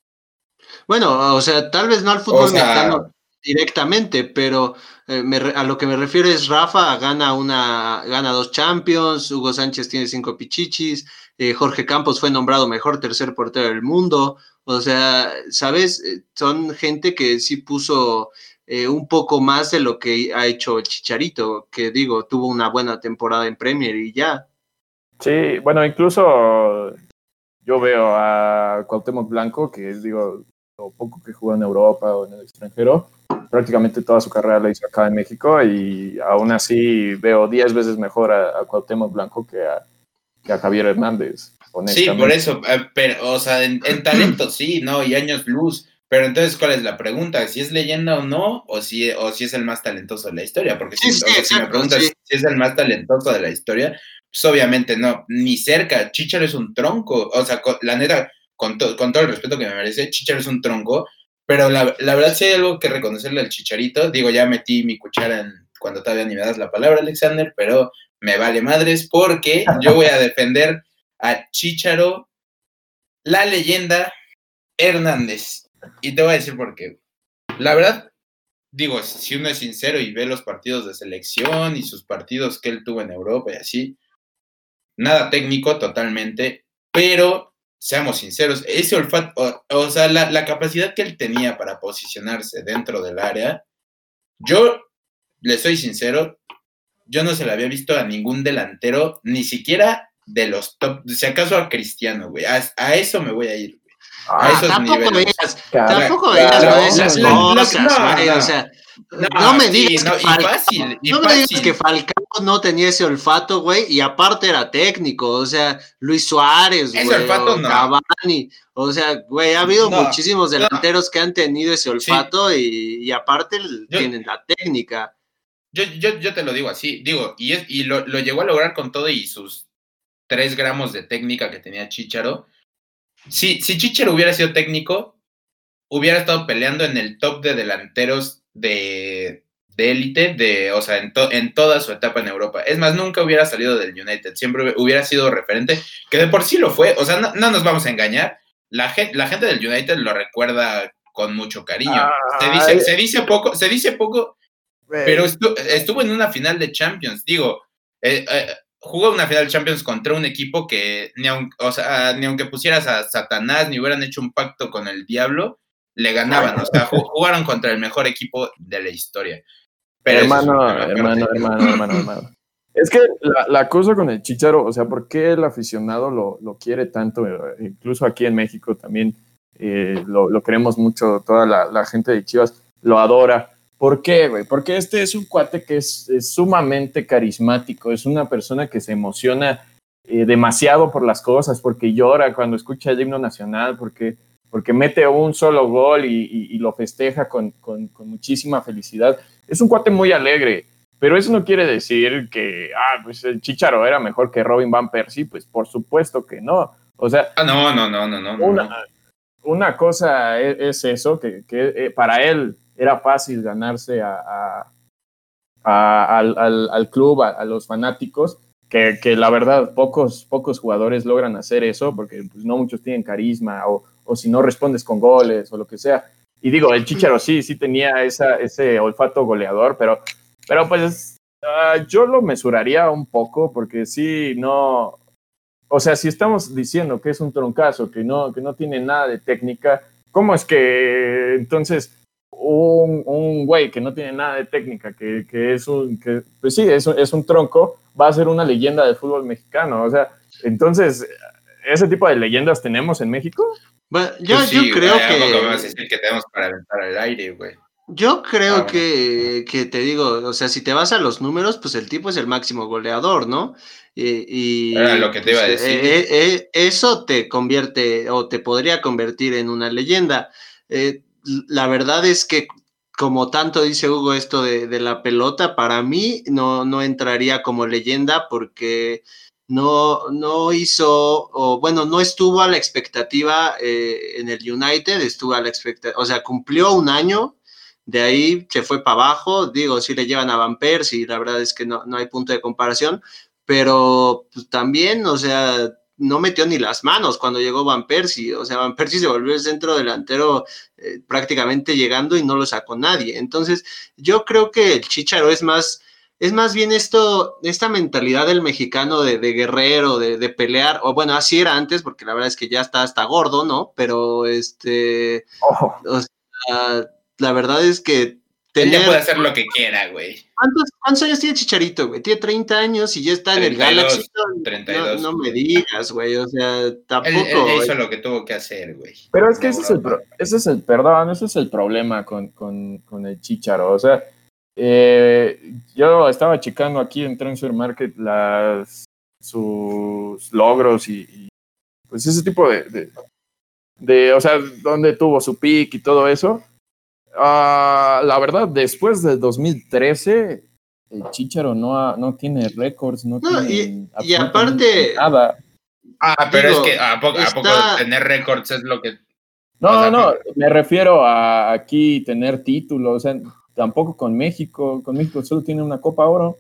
Speaker 2: Bueno, o sea, tal vez no al fútbol o sea, mexicano directamente, pero eh, me, a lo que me refiero es Rafa gana una, gana dos Champions, Hugo Sánchez tiene cinco pichichis, eh, Jorge Campos fue nombrado mejor tercer portero del mundo, o sea, ¿sabes? Son gente que sí puso eh, un poco más de lo que ha hecho el Chicharito, que digo, tuvo una buena temporada en Premier y ya.
Speaker 1: Sí, bueno, incluso yo veo a Cuauhtémoc Blanco, que es, digo, lo poco que jugó en Europa o en el extranjero, prácticamente toda su carrera la hizo acá en México y aún así veo diez veces mejor a, a Cuauhtémoc Blanco que a, que a Javier Hernández, honestamente.
Speaker 3: Sí, por eso, pero, o sea, en, en talento sí, ¿no? Y años luz, pero entonces, ¿cuál es la pregunta? ¿Si es leyenda o no? ¿O si, o si es el más talentoso de la historia? Porque si,
Speaker 2: sí, sí,
Speaker 3: o sea,
Speaker 2: exacto,
Speaker 3: si me preguntas
Speaker 2: sí.
Speaker 3: si es el más talentoso de la historia, pues obviamente no, ni cerca. Chicharo es un tronco, o sea, con, la neta, con, to, con todo el respeto que me merece, Chicharo es un tronco, pero la, la verdad sí hay algo que reconocerle al Chicharito. Digo, ya metí mi cuchara en, cuando todavía ni me das la palabra, Alexander, pero me vale madres porque yo voy a defender a Chicharo, la leyenda Hernández. Y te voy a decir por qué. La verdad, digo, si uno es sincero y ve los partidos de selección y sus partidos que él tuvo en Europa y así, nada técnico totalmente, pero seamos sinceros, ese olfato, o, o sea, la, la capacidad que él tenía para posicionarse dentro del área, yo le soy sincero, yo no se la había visto a ningún delantero, ni siquiera de los top, si acaso a Cristiano, güey, a, a eso me voy a ir. A
Speaker 2: Ah,
Speaker 3: esos
Speaker 2: tampoco
Speaker 3: niveles.
Speaker 2: Veas, claro, tampoco veas claro, con esas la, cosas, la, no, güey, no, o sea, no, no me digas sí, no, que Falcao, fácil, no me fácil. digas que Falcao no tenía ese olfato, güey, y aparte era técnico, o sea, Luis Suárez, güey, o no. Cavani, o sea, güey, ha habido no, muchísimos delanteros no. que han tenido ese olfato sí. y, y aparte yo, tienen la técnica.
Speaker 3: Yo, yo, yo te lo digo así, digo, y, es, y lo, lo llegó a lograr con todo y sus tres gramos de técnica que tenía Chicharo. Si, si Chicharo hubiera sido técnico, hubiera estado peleando en el top de delanteros de, de élite, de, o sea, en, to, en toda su etapa en Europa. Es más, nunca hubiera salido del United, siempre hubiera sido referente, que de por sí lo fue. O sea, no, no nos vamos a engañar, la gente, la gente del United lo recuerda con mucho cariño. Se dice, se dice poco, se dice poco, pero estuvo, estuvo en una final de Champions. Digo, eh, eh, jugó una final de Champions contra un equipo que ni aunque, o sea, ni aunque pusieras a Satanás ni hubieran hecho un pacto con el diablo, le ganaban. O sea, jugaron contra el mejor equipo de la historia. Pero
Speaker 1: hermano, es hermano, hermano, hermano, hermano. Es que la, la cosa con el Chicharo, o sea, ¿por qué el aficionado lo, lo quiere tanto? Incluso aquí en México también eh, lo, lo queremos mucho, toda la, la gente de Chivas lo adora. ¿Por qué, güey? Porque este es un cuate que es, es sumamente carismático, es una persona que se emociona eh, demasiado por las cosas, porque llora cuando escucha el himno nacional, porque, porque mete un solo gol y, y, y lo festeja con, con, con muchísima felicidad. Es un cuate muy alegre, pero eso no quiere decir que, ah, pues el Chicharo era mejor que Robin Van Persie, pues por supuesto que no. O sea,
Speaker 3: ah, no, no, no, no, no.
Speaker 1: Una, una cosa es, es eso, que, que eh, para él era fácil ganarse a, a, a, al, al, al club, a, a los fanáticos, que, que la verdad pocos, pocos jugadores logran hacer eso, porque pues, no muchos tienen carisma, o, o si no respondes con goles, o lo que sea. Y digo, el Chicharo sí, sí tenía esa, ese olfato goleador, pero, pero pues uh, yo lo mesuraría un poco, porque sí, no... O sea, si estamos diciendo que es un troncazo, que no, que no tiene nada de técnica, ¿cómo es que entonces un, un güey que no tiene nada de técnica, que, que es un, que, pues sí, es un, es un tronco, va a ser una leyenda del fútbol mexicano? O sea, entonces ¿ese tipo de leyendas tenemos en México?
Speaker 2: Bueno, yo, pues sí, yo creo
Speaker 3: güey,
Speaker 2: que...
Speaker 3: Algo que me vas a decir que tenemos para aventar al aire, güey.
Speaker 2: Yo creo ah, que, que te digo, o sea, si te vas a los números, pues el tipo es el máximo goleador, ¿no? Y, y
Speaker 3: Era lo que te
Speaker 2: pues,
Speaker 3: iba a decir.
Speaker 2: Eh, eh, eso te convierte o te podría convertir en una leyenda. Eh, la verdad es que, como tanto dice Hugo esto de, de la pelota, para mí no, no entraría como leyenda porque no, no hizo, o bueno, no estuvo a la expectativa eh, en el United, estuvo a la expectativa, o sea, cumplió un año. De ahí se fue para abajo, digo, sí le llevan a Van Persie, la verdad es que no, no hay punto de comparación, pero pues, también, o sea, no metió ni las manos cuando llegó Van Persie, o sea, Van Persie se volvió el centro delantero eh, prácticamente llegando y no lo sacó nadie. Entonces, yo creo que el Chícharo es más, es más bien esto, esta mentalidad del mexicano de, de guerrero, de, de pelear, o bueno, así era antes, porque la verdad es que ya está hasta gordo, ¿no? Pero este, oh. o sea, la verdad es que
Speaker 3: tener... Él ya puede hacer lo que quiera, güey.
Speaker 2: ¿Cuántos, ¿Cuántos años tiene Chicharito, güey? Tiene treinta años y ya está en el Galaxy.
Speaker 3: treinta y dos,
Speaker 2: no, no me digas, güey, o sea, tampoco...
Speaker 3: Él, él ya hizo lo que tuvo que hacer, güey.
Speaker 1: Pero es que ese es, el pro, ese es el, perdón, ese es el problema con, con, con el Chícharo, o sea, eh, yo estaba checando aquí en Transfer Market las, sus logros y, y pues ese tipo de, de, de, o sea, donde tuvo su pick y todo eso. Uh, la verdad, después del dos mil trece, el Chícharo no, ha, no tiene récords, no, no tiene
Speaker 2: y, y aparte
Speaker 1: nada.
Speaker 3: Ah, pero digo, es que ¿a poco, está... ¿a poco tener récords es lo que...
Speaker 1: No, o sea, no, me refiero a aquí tener títulos, o sea, tampoco con México, con México solo tiene una Copa Oro.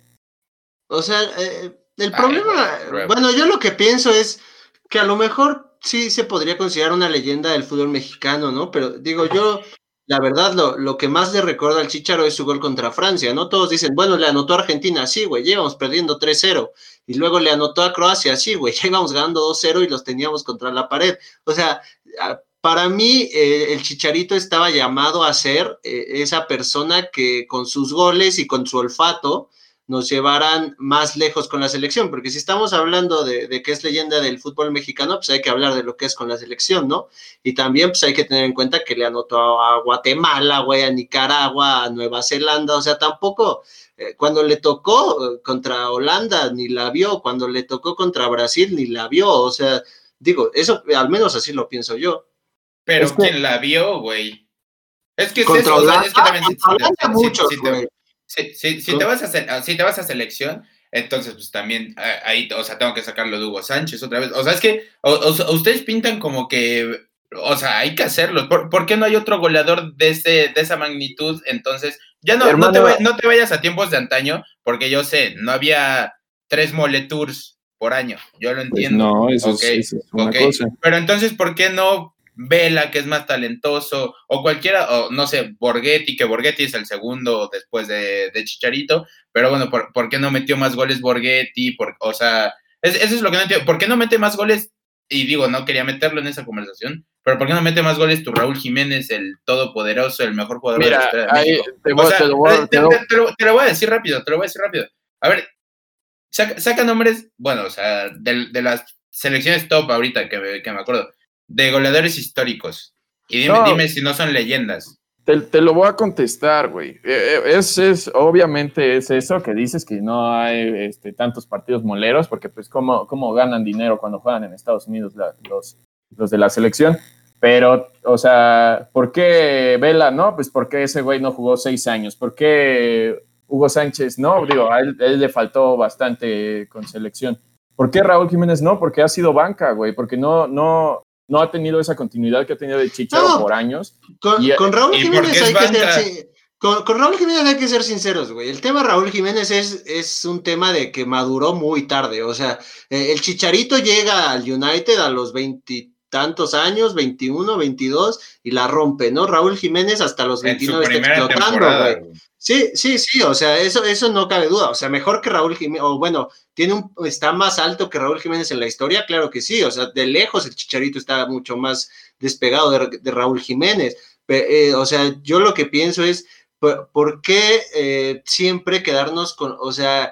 Speaker 2: O sea, eh, el problema, Ay, bueno, yo lo que pienso es que a lo mejor sí se podría considerar una leyenda del fútbol mexicano, ¿no? Pero digo, yo... La verdad, lo, lo que más le recuerda al Chícharo es su gol contra Francia, ¿no? Todos dicen, bueno, le anotó a Argentina, sí, güey, ya íbamos perdiendo tres cero. Y luego le anotó a Croacia, sí, güey, ya íbamos ganando dos cero y los teníamos contra la pared. O sea, para mí, eh, el Chicharito estaba llamado a ser eh, esa persona que con sus goles y con su olfato nos llevaran más lejos con la selección, porque si estamos hablando de, de que es leyenda del fútbol mexicano, pues hay que hablar de lo que es con la selección, ¿no? Y también pues hay que tener en cuenta que le anotó a Guatemala, güey, a Nicaragua, a Nueva Zelanda, o sea, tampoco, eh, cuando le tocó contra Holanda ni la vio, cuando le tocó contra Brasil ni la vio, o sea, digo, eso al menos así lo pienso yo.
Speaker 3: Pero es ¿quién que... la vio, güey? Es que es eso, Holanda, o sea, es que también...
Speaker 2: Holanda si, muchos,
Speaker 3: si, si, te, si, si, si, te vas a, si te vas a selección, entonces pues también ahí, o sea, tengo que sacarlo de Hugo Sánchez otra vez. O sea, es que o, o, ustedes pintan como que, o sea, hay que hacerlo. ¿Por, ¿por qué no hay otro goleador de, ese, de esa magnitud? Entonces, ya no, no, te vay, no te vayas a tiempos de antaño, porque yo sé, no había tres moletours por año, yo lo entiendo.
Speaker 1: Pues no, eso, okay, es, eso es una
Speaker 3: okay.
Speaker 1: cosa.
Speaker 3: Pero entonces, ¿por qué no Vela, que es más talentoso, o cualquiera, o no sé, Borghetti, que Borghetti es el segundo después de, de Chicharito, pero bueno, ¿por, ¿por qué no metió más goles Borghetti? Por, o sea, es, eso es lo que no entiendo. ¿Por qué no mete más goles? Y digo, no quería meterlo en esa conversación, pero ¿por qué no mete más goles tu Raúl Jiménez, el todopoderoso, el mejor jugador
Speaker 1: Mira,
Speaker 3: de la historia de
Speaker 1: ahí,
Speaker 3: México?
Speaker 1: Te, voy,
Speaker 3: o sea,
Speaker 1: te, lo voy,
Speaker 3: te, te, te, te, lo, te lo voy a decir rápido, te lo voy a decir rápido. A ver, saca, saca nombres, bueno, o sea, de, de las selecciones top ahorita que me, que me acuerdo, de goleadores históricos. Y dime, no, dime si no son leyendas.
Speaker 1: Te, te lo voy a contestar, güey. Es, es, obviamente es eso que dices, que no hay este, tantos partidos moleros, porque pues cómo, cómo ganan dinero cuando juegan en Estados Unidos la, los, los de la selección. Pero, o sea, ¿por qué Vela no? Pues porque ese güey no jugó seis años. ¿Por qué Hugo Sánchez no? Digo, a él, a él le faltó bastante con selección. ¿Por qué Raúl Jiménez no? Porque ha sido banca, güey. Porque no... no no ha tenido esa continuidad que ha tenido de Chícharo no, por años.
Speaker 2: Con, y, con Raúl Jiménez hay que ser, con, con Raúl Jiménez hay que ser sinceros, güey. El tema Raúl Jiménez es, es un tema de que maduró muy tarde. O sea, eh, el Chicharito llega al United a los veintitantos años, veintiuno, veintidós, y la rompe, ¿no? Raúl Jiménez hasta los veintinueve está explotando, güey. Sí, sí, sí, o sea, eso, eso no cabe duda. O sea, mejor que Raúl Jiménez, o bueno, tiene un, está más alto que Raúl Jiménez en la historia, claro que sí. O sea, de lejos el Chicharito está mucho más despegado de, de Raúl Jiménez. Pero, eh, o sea, yo lo que pienso es, ¿por, por qué eh, siempre quedarnos con, o sea,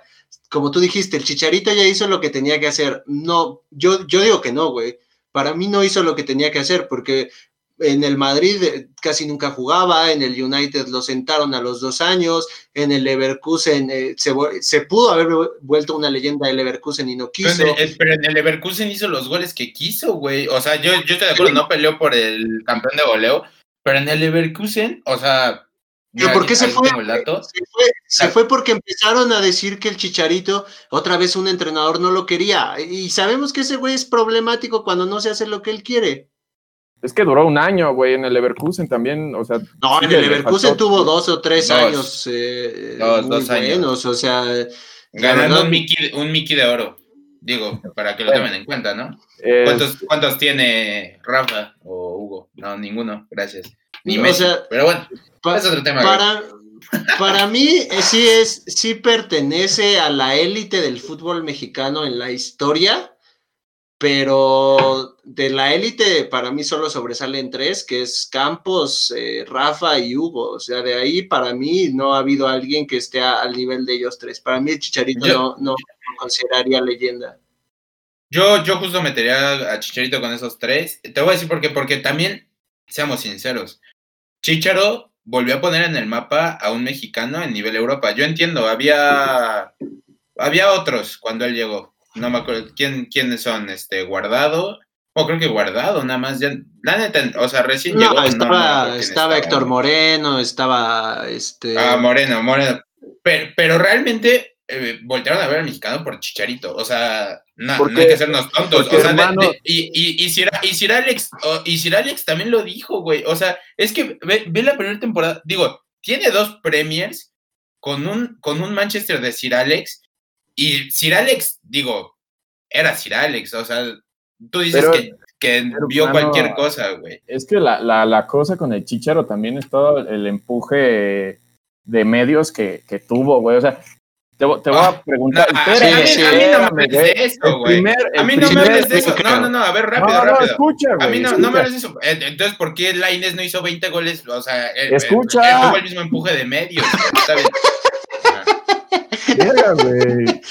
Speaker 2: como tú dijiste, el Chicharito ya hizo lo que tenía que hacer. No, yo, yo digo que no, güey. Para mí no hizo lo que tenía que hacer, porque en el Madrid casi nunca jugaba, en el United lo sentaron a los dos años, en el Leverkusen eh, se, se pudo haber vuelto una leyenda del Leverkusen y no quiso.
Speaker 3: Pero en, el, pero en el Leverkusen hizo los goles que quiso, güey. O sea, yo, yo estoy de acuerdo, no peleó por el campeón de goleo, pero en el Leverkusen, o sea...
Speaker 2: Mira, ¿pero por qué se fue? Se fue, se fue porque empezaron a decir que el Chicharito, otra vez un entrenador no lo quería, y sabemos que ese güey es problemático cuando no se hace lo que él quiere.
Speaker 1: Es que duró un año, güey, en el Leverkusen también, o sea...
Speaker 2: No, en el Leverkusen tuvo dos o tres dos, años eh, dos, muy dos buenos, años. O sea...
Speaker 3: Ganando un Mickey, un Mickey de oro, digo, para que lo tomen en cuenta, ¿no? Es... ¿Cuántos, ¿Cuántos tiene Rafa o Hugo? No, ninguno, gracias. Ni no, Messi, o sea, pero bueno, pa, es otro tema.
Speaker 2: Para, para mí, sí, es, sí pertenece a la élite del fútbol mexicano en la historia, pero de la élite para mí solo sobresalen tres, que es Campos, eh, Rafa y Hugo. O sea, de ahí para mí no ha habido alguien que esté a, al nivel de ellos tres. Para mí el Chicharito yo, no, no consideraría leyenda.
Speaker 3: Yo, yo justo metería a Chicharito con esos tres. Te voy a decir por qué, porque también, seamos sinceros, Chicharo volvió a poner en el mapa a un mexicano en nivel Europa. Yo entiendo, había, había otros cuando él llegó. No me acuerdo quién, quiénes son, este, Guardado, o oh, creo que Guardado, nada más, ya, la neta, o sea, recién
Speaker 2: no,
Speaker 3: llegó.
Speaker 2: Estaba,
Speaker 3: no, no
Speaker 2: estaba, estaba Héctor Moreno, estaba, este...
Speaker 3: Ah, Moreno, Moreno, pero, pero realmente eh, voltearon a ver al mexicano por Chicharito, o sea, no, porque, no hay que hacernos tontos, o sea, hermano... de, de, y, y, y, Sir, y Sir Alex, oh, y Sir Alex también lo dijo, güey, o sea, es que ve, ve la primera temporada, digo, tiene dos premiers con un, con un Manchester de Sir Alex. Y Sir Alex, digo, era Sir Alex, o sea, tú dices pero, que, que pero, vio mano, cualquier cosa, güey.
Speaker 1: Es que la, la, la cosa con el Chicharo también es todo el empuje de medios que, que tuvo, güey, o sea, te, te voy ah, a preguntar.
Speaker 3: No, espera, a, mí, sí, a mí no me hables de eso, güey. A mí no me hables de eso. No, no, no, a ver, rápido,
Speaker 1: no, no,
Speaker 3: rápido.
Speaker 1: Escucha, güey,
Speaker 3: a mí no,
Speaker 1: escucha.
Speaker 3: no me hables de eso. Entonces, ¿por qué Lainez no hizo veinte goles? O sea, él,
Speaker 1: escucha.
Speaker 3: Él, él tuvo el mismo empuje de medios, ¿sabes?
Speaker 1: Verga, güey.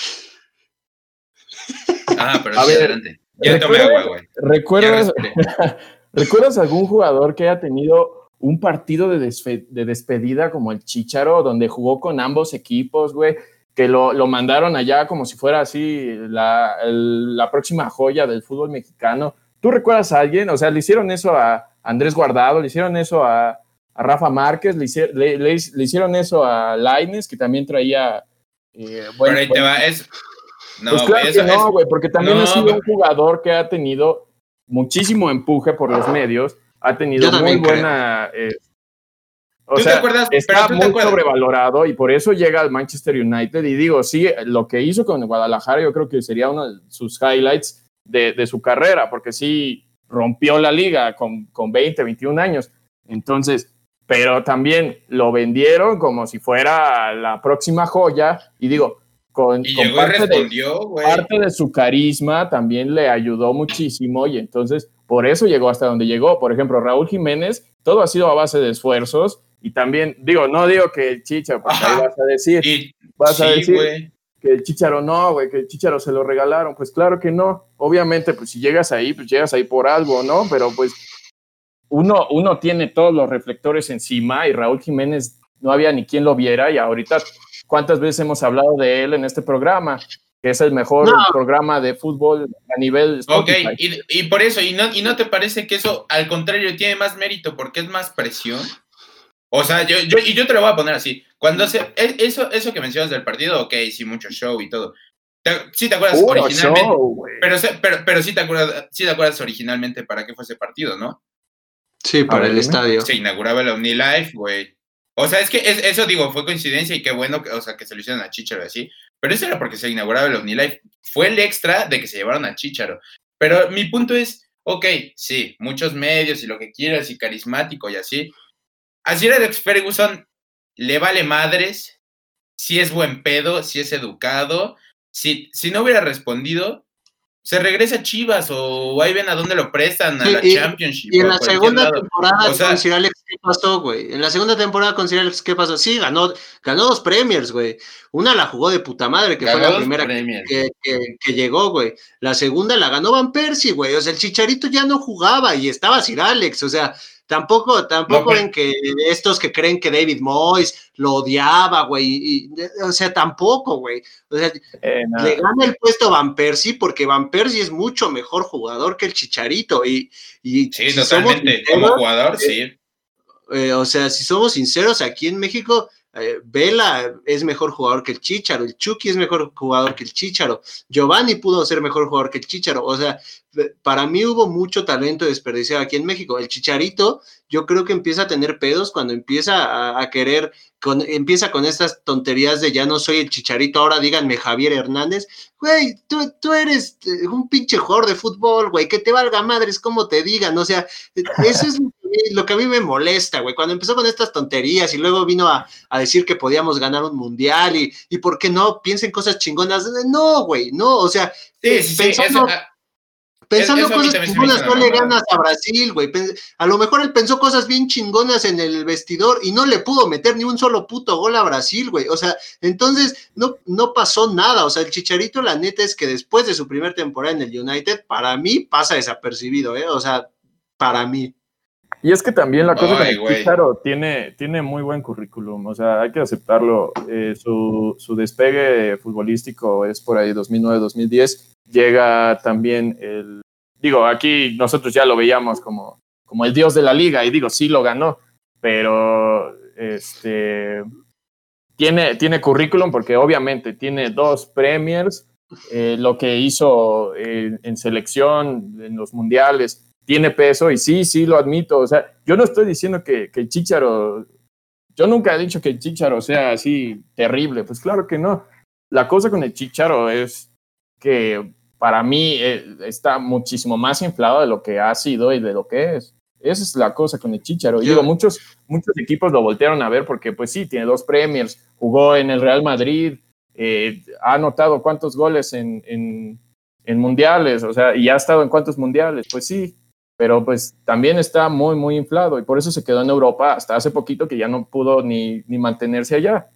Speaker 3: Ah, pero a sí, ver, adelante. Ya tomé agua, güey.
Speaker 1: ¿Recuerdas, ¿Recuerdas algún jugador que haya tenido un partido de, desfe- de despedida como el Chícharo, donde jugó con ambos equipos, güey? Que lo, lo mandaron allá como si fuera así la, el, la próxima joya del fútbol mexicano. ¿Tú recuerdas a alguien? O sea, le hicieron eso a Andrés Guardado, le hicieron eso a, a Rafa Márquez, le, hice, le, le, le hicieron eso a Lainez, que también traía... Eh, buen,
Speaker 3: Pero ahí
Speaker 1: buen...
Speaker 3: te va, es...
Speaker 1: No, pues claro que no, güey, porque también no, ha sido un jugador que ha tenido muchísimo empuje por los medios, ha tenido muy buena... Eh, o
Speaker 3: ¿Tú
Speaker 1: sea,
Speaker 3: te acuerdas?
Speaker 1: Está
Speaker 3: ¿Pero tú
Speaker 1: muy
Speaker 3: te acuerdas?
Speaker 1: sobrevalorado y por eso llega al Manchester United. Y digo, sí, lo que hizo con Guadalajara yo creo que sería uno de sus highlights de, de su carrera, porque sí rompió la liga con, con veinte, veintiún años. Entonces, pero también lo vendieron como si fuera la próxima joya. Y digo, con,
Speaker 3: y
Speaker 1: con
Speaker 3: llegó
Speaker 1: parte,
Speaker 3: y respondió,
Speaker 1: de, parte de su carisma también le ayudó muchísimo. Y entonces, por eso llegó hasta donde llegó. Por ejemplo, Raúl Jiménez, todo ha sido a base de esfuerzos. Y también, digo, no digo que el Chicharo, porque ahí vas a decir,
Speaker 3: y,
Speaker 1: vas
Speaker 3: sí,
Speaker 1: a decir
Speaker 3: wey.
Speaker 1: que el Chicharo no, güey, que el Chicharo se lo regalaron. Pues claro que no. Obviamente, pues si llegas ahí, pues llegas ahí por algo, ¿no? Pero pues uno, uno tiene todos los reflectores encima y Raúl Jiménez no había ni quien lo viera. Y ahorita, ¿cuántas veces hemos hablado de él en este programa? Que es el mejor no. programa de fútbol a nivel Spotify.
Speaker 3: Ok, y, y por eso, ¿y no, ¿y no te parece que eso, al contrario, tiene más mérito porque es más presión? O sea, yo, yo, y yo te lo voy a poner así. Cuando se, eso, eso que mencionas del partido, ok, sí, mucho show y todo. Te, sí te acuerdas
Speaker 1: Puro
Speaker 3: originalmente.
Speaker 1: Show,
Speaker 3: pero, pero, pero sí te acuerdas, sí te acuerdas originalmente para qué fue ese partido, ¿no?
Speaker 2: Sí, para el estadio.
Speaker 3: Se inauguraba el OmniLife, güey. O sea, es que es, eso, digo, fue coincidencia y qué bueno que, o sea, que se lo hicieron a Chícharo así. Pero eso era porque se inauguraba el OmniLife. Fue el extra de que se llevaron a Chícharo. Pero mi punto es, ok, sí, muchos medios y lo que quieras y carismático y así. A Sir Alex Ferguson le vale madres si es buen pedo, si es educado. Si, si no hubiera respondido, se regresa a Chivas o ahí ven a dónde lo prestan, a sí, la
Speaker 2: y,
Speaker 3: Championship.
Speaker 2: Y en la segunda lado. temporada o sea, con Sir Alex, ¿qué pasó, güey? En la segunda temporada con Sir Alex, ¿qué pasó? Sí, ganó, ganó dos Premiers, güey. Una la jugó de puta madre, que ganó fue la primera que, que, que llegó, güey. La segunda la ganó Van Persie, güey. O sea, el Chicharito ya no jugaba y estaba Sir Alex, o sea... Tampoco, tampoco no, ven que estos que creen que David Moyes lo odiaba, güey, y, o sea, tampoco, güey. O sea, eh, no. le gana el puesto Van Persie porque Van Persie es mucho mejor jugador que el Chicharito. Y, y
Speaker 3: sí, si totalmente, como jugador, eh, sí.
Speaker 2: Eh, o sea, si somos sinceros, aquí en México, eh, Vela es mejor jugador que el Chícharo, el Chucky es mejor jugador que el Chícharo, Giovanni pudo ser mejor jugador que el Chícharo, o sea, para mí hubo mucho talento desperdiciado aquí en México. El Chicharito, yo creo que empieza a tener pedos cuando empieza a, a querer, con, empieza con estas tonterías de ya no soy el Chicharito, ahora díganme Javier Hernández. Güey, tú, tú eres un pinche jugador de fútbol, güey, que te valga madres como te digan, o sea, eso es lo que a mí me molesta, güey, cuando empezó con estas tonterías y luego vino a, a decir que podíamos ganar un mundial y, y ¿por qué no? Piensen cosas chingonas. No, güey, no, o sea,
Speaker 3: sí, sí, pensando... Sí, eso...
Speaker 2: Pensando eso cosas chingonas, no le ganas a Brasil, güey. A lo mejor él pensó cosas bien chingonas en el vestidor y no le pudo meter ni un solo puto gol a Brasil, güey. O sea, entonces no, no pasó nada. O sea, el Chicharito, la neta es que después de su primer temporada en el United, para mí pasa desapercibido, ¿eh? O sea, para mí.
Speaker 1: Y es que también la cosa Ay, con el Chicharo tiene, tiene muy buen currículum, o sea, hay que aceptarlo. Eh, su, su despegue futbolístico es por ahí dos mil nueve, dos mil diez. Llega también el... Digo, aquí nosotros ya lo veíamos como, como el dios de la liga, y digo, sí lo ganó, pero este, tiene, tiene currículum porque obviamente tiene dos Premiers, eh, lo que hizo eh, en selección, en los mundiales, tiene peso, y sí, sí lo admito. O sea, yo no estoy diciendo que, que el Chícharo, yo nunca he dicho que el Chícharo sea así terrible, pues claro que no. La cosa con el Chícharo es que para mí eh, está muchísimo más inflado de lo que ha sido y de lo que es. Esa es la cosa con el Chícharo. Y digo, muchos, muchos equipos lo voltearon a ver porque, pues sí, tiene dos Premiers, jugó en el Real Madrid, eh, ha anotado cuántos goles en, en, en mundiales, o sea, y ha estado en cuántos mundiales, pues sí, pero pues también está muy, muy inflado y por eso se quedó en Europa hasta hace poquito, que ya no pudo ni, ni mantenerse allá.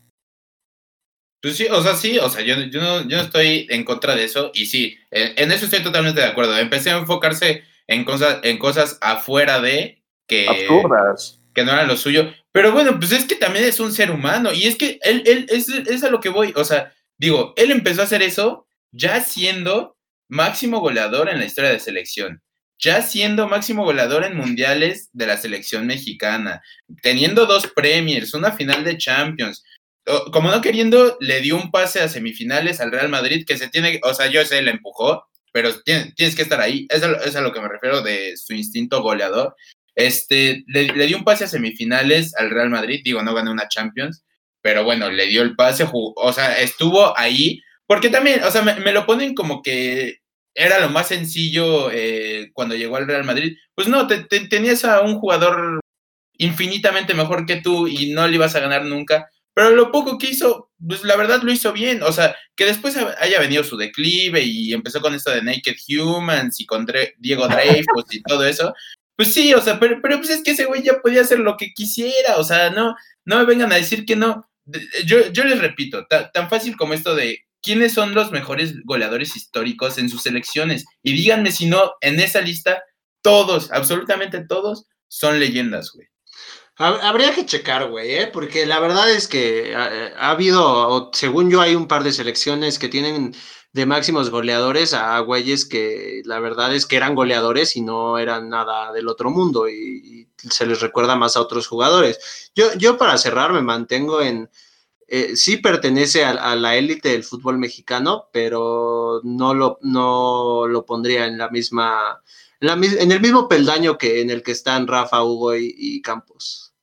Speaker 3: Pues sí, o sea, sí, o sea, yo, yo, no, yo no estoy en contra de eso, y sí, en, en eso estoy totalmente de acuerdo. Empecé a enfocarse en cosas, en cosas afuera de que,
Speaker 1: absurdas,
Speaker 3: que no eran lo suyo, pero bueno, pues es que también es un ser humano, y es que él, él es, es a lo que voy, o sea, digo, él empezó a hacer eso ya siendo máximo goleador en la historia de selección, ya siendo máximo goleador en mundiales de la selección mexicana, teniendo dos Premiers, una final de Champions. Como no queriendo, le dio un pase a semifinales al Real Madrid, que se tiene, o sea, yo sé, le empujó, pero tienes, tienes que estar ahí, es a, es a lo que me refiero de su instinto goleador. Este, le, le dio un pase a semifinales al Real Madrid, digo, no ganó una Champions, pero bueno, le dio el pase, jugó, o sea, estuvo ahí, porque también, o sea, me, me lo ponen como que era lo más sencillo eh, cuando llegó al Real Madrid. Pues no, te, te, tenías a un jugador infinitamente mejor que tú y no le ibas a ganar nunca. Pero lo poco que hizo, pues la verdad lo hizo bien. O sea, que después haya venido su declive y empezó con esto de Naked Humans y con Dre- Diego Dreyfus y todo eso. Pues sí, o sea, pero, pero pues es que ese güey ya podía hacer lo que quisiera. O sea, no, no me vengan a decir que no. Yo, yo les repito, ta, tan fácil como esto de quiénes son los mejores goleadores históricos en sus selecciones. Y díganme si no, en esa lista, todos, absolutamente todos, son leyendas, güey.
Speaker 2: Habría que checar, güey, ¿eh? Porque la verdad es que ha, ha habido, según yo, hay un par de selecciones que tienen de máximos goleadores a güeyes que la verdad es que eran goleadores y no eran nada del otro mundo y, y se les recuerda más a otros jugadores. Yo, yo para cerrar me mantengo en, eh, sí pertenece a, a la élite del fútbol mexicano, pero no lo, no lo pondría en la misma... En, la, en el mismo peldaño que en el que están Rafa, Hugo y, y Campos.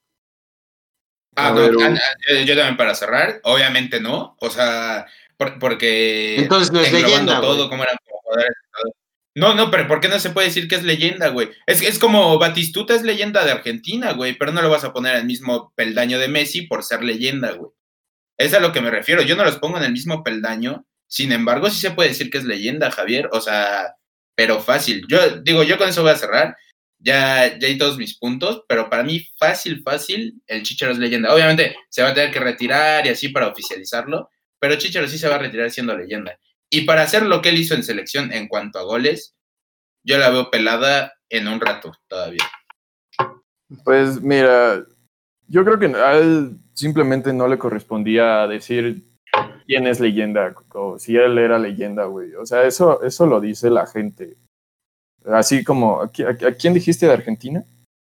Speaker 3: Ah, no, yo, yo también para cerrar, obviamente no, o sea, por, porque...
Speaker 2: Entonces no es leyenda,
Speaker 3: todo, cómo eran jugadores, todo. No, no, pero ¿por qué no se puede decir que es leyenda, güey? Es, es como Batistuta es leyenda de Argentina, güey, pero no lo vas a poner en el mismo peldaño de Messi por ser leyenda, güey. Es a lo que me refiero, yo no los pongo en el mismo peldaño, sin embargo, sí se puede decir que es leyenda, Javier, o sea, pero fácil. Yo digo, yo con eso voy a cerrar. Ya, ya hay todos mis puntos, pero para mí fácil, fácil, el Chicharo es leyenda. Obviamente se va a tener que retirar y así para oficializarlo, pero Chicharo sí se va a retirar siendo leyenda. Y para hacer lo que él hizo en selección en cuanto a goles, yo la veo pelada en un rato todavía.
Speaker 1: Pues mira, yo creo que a él simplemente no le correspondía decir quién es leyenda, o si él era leyenda, güey. O sea, eso, eso lo dice la gente. Así como, ¿a, a quién dijiste de Argentina?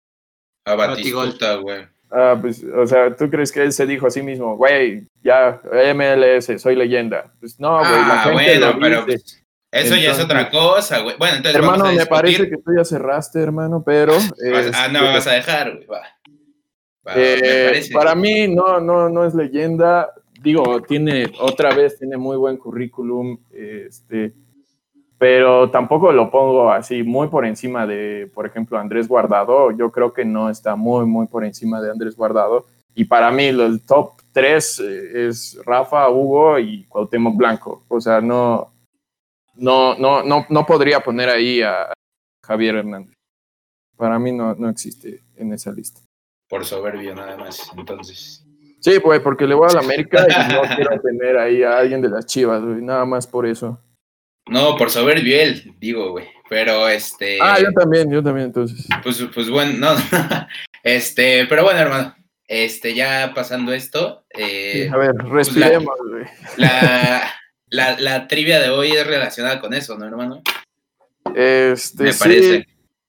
Speaker 3: A Batistuta, güey.
Speaker 1: Ah, pues, o sea, ¿tú crees que él se dijo a sí mismo, güey, ya, M L S, soy leyenda? Pues no, güey,
Speaker 3: ah,
Speaker 1: la gente
Speaker 3: bueno,
Speaker 1: lo
Speaker 3: pero
Speaker 1: dice.
Speaker 3: Pues, eso entonces, ya es otra cosa, güey. Bueno, entonces
Speaker 1: hermano,
Speaker 3: vamos a
Speaker 1: me parece que tú ya cerraste, hermano, pero...
Speaker 3: Vas, ah, no me vas a dejar, güey, va. va
Speaker 1: eh,
Speaker 3: me parece.
Speaker 1: Para mí no, no, no es leyenda. Digo, tiene, otra vez, tiene muy buen currículum, este... pero tampoco lo pongo así muy por encima de, por ejemplo, Andrés Guardado. Yo creo que no está muy, muy por encima de Andrés Guardado. Y para mí el top tres es Rafa, Hugo y Cuauhtémoc Blanco. O sea, no, no, no, no, no podría poner ahí a Javier Hernández. Para mí no, no existe en esa lista.
Speaker 3: Por soberbio nada más, entonces.
Speaker 1: Sí, pues porque le voy a la América y no quiero tener ahí a alguien de las Chivas, güey, nada más por eso.
Speaker 3: No, por soberbio él, digo, güey. Pero este.
Speaker 1: Ah, yo también, yo también, entonces.
Speaker 3: Pues, pues bueno, no. este, pero bueno, hermano. Este, ya pasando esto. Eh,
Speaker 1: sí, a ver, respiremos, güey.
Speaker 3: Pues la, la, la, la trivia de hoy es relacionada con eso, ¿no, hermano?
Speaker 1: Este,
Speaker 3: Me
Speaker 1: sí.
Speaker 3: parece.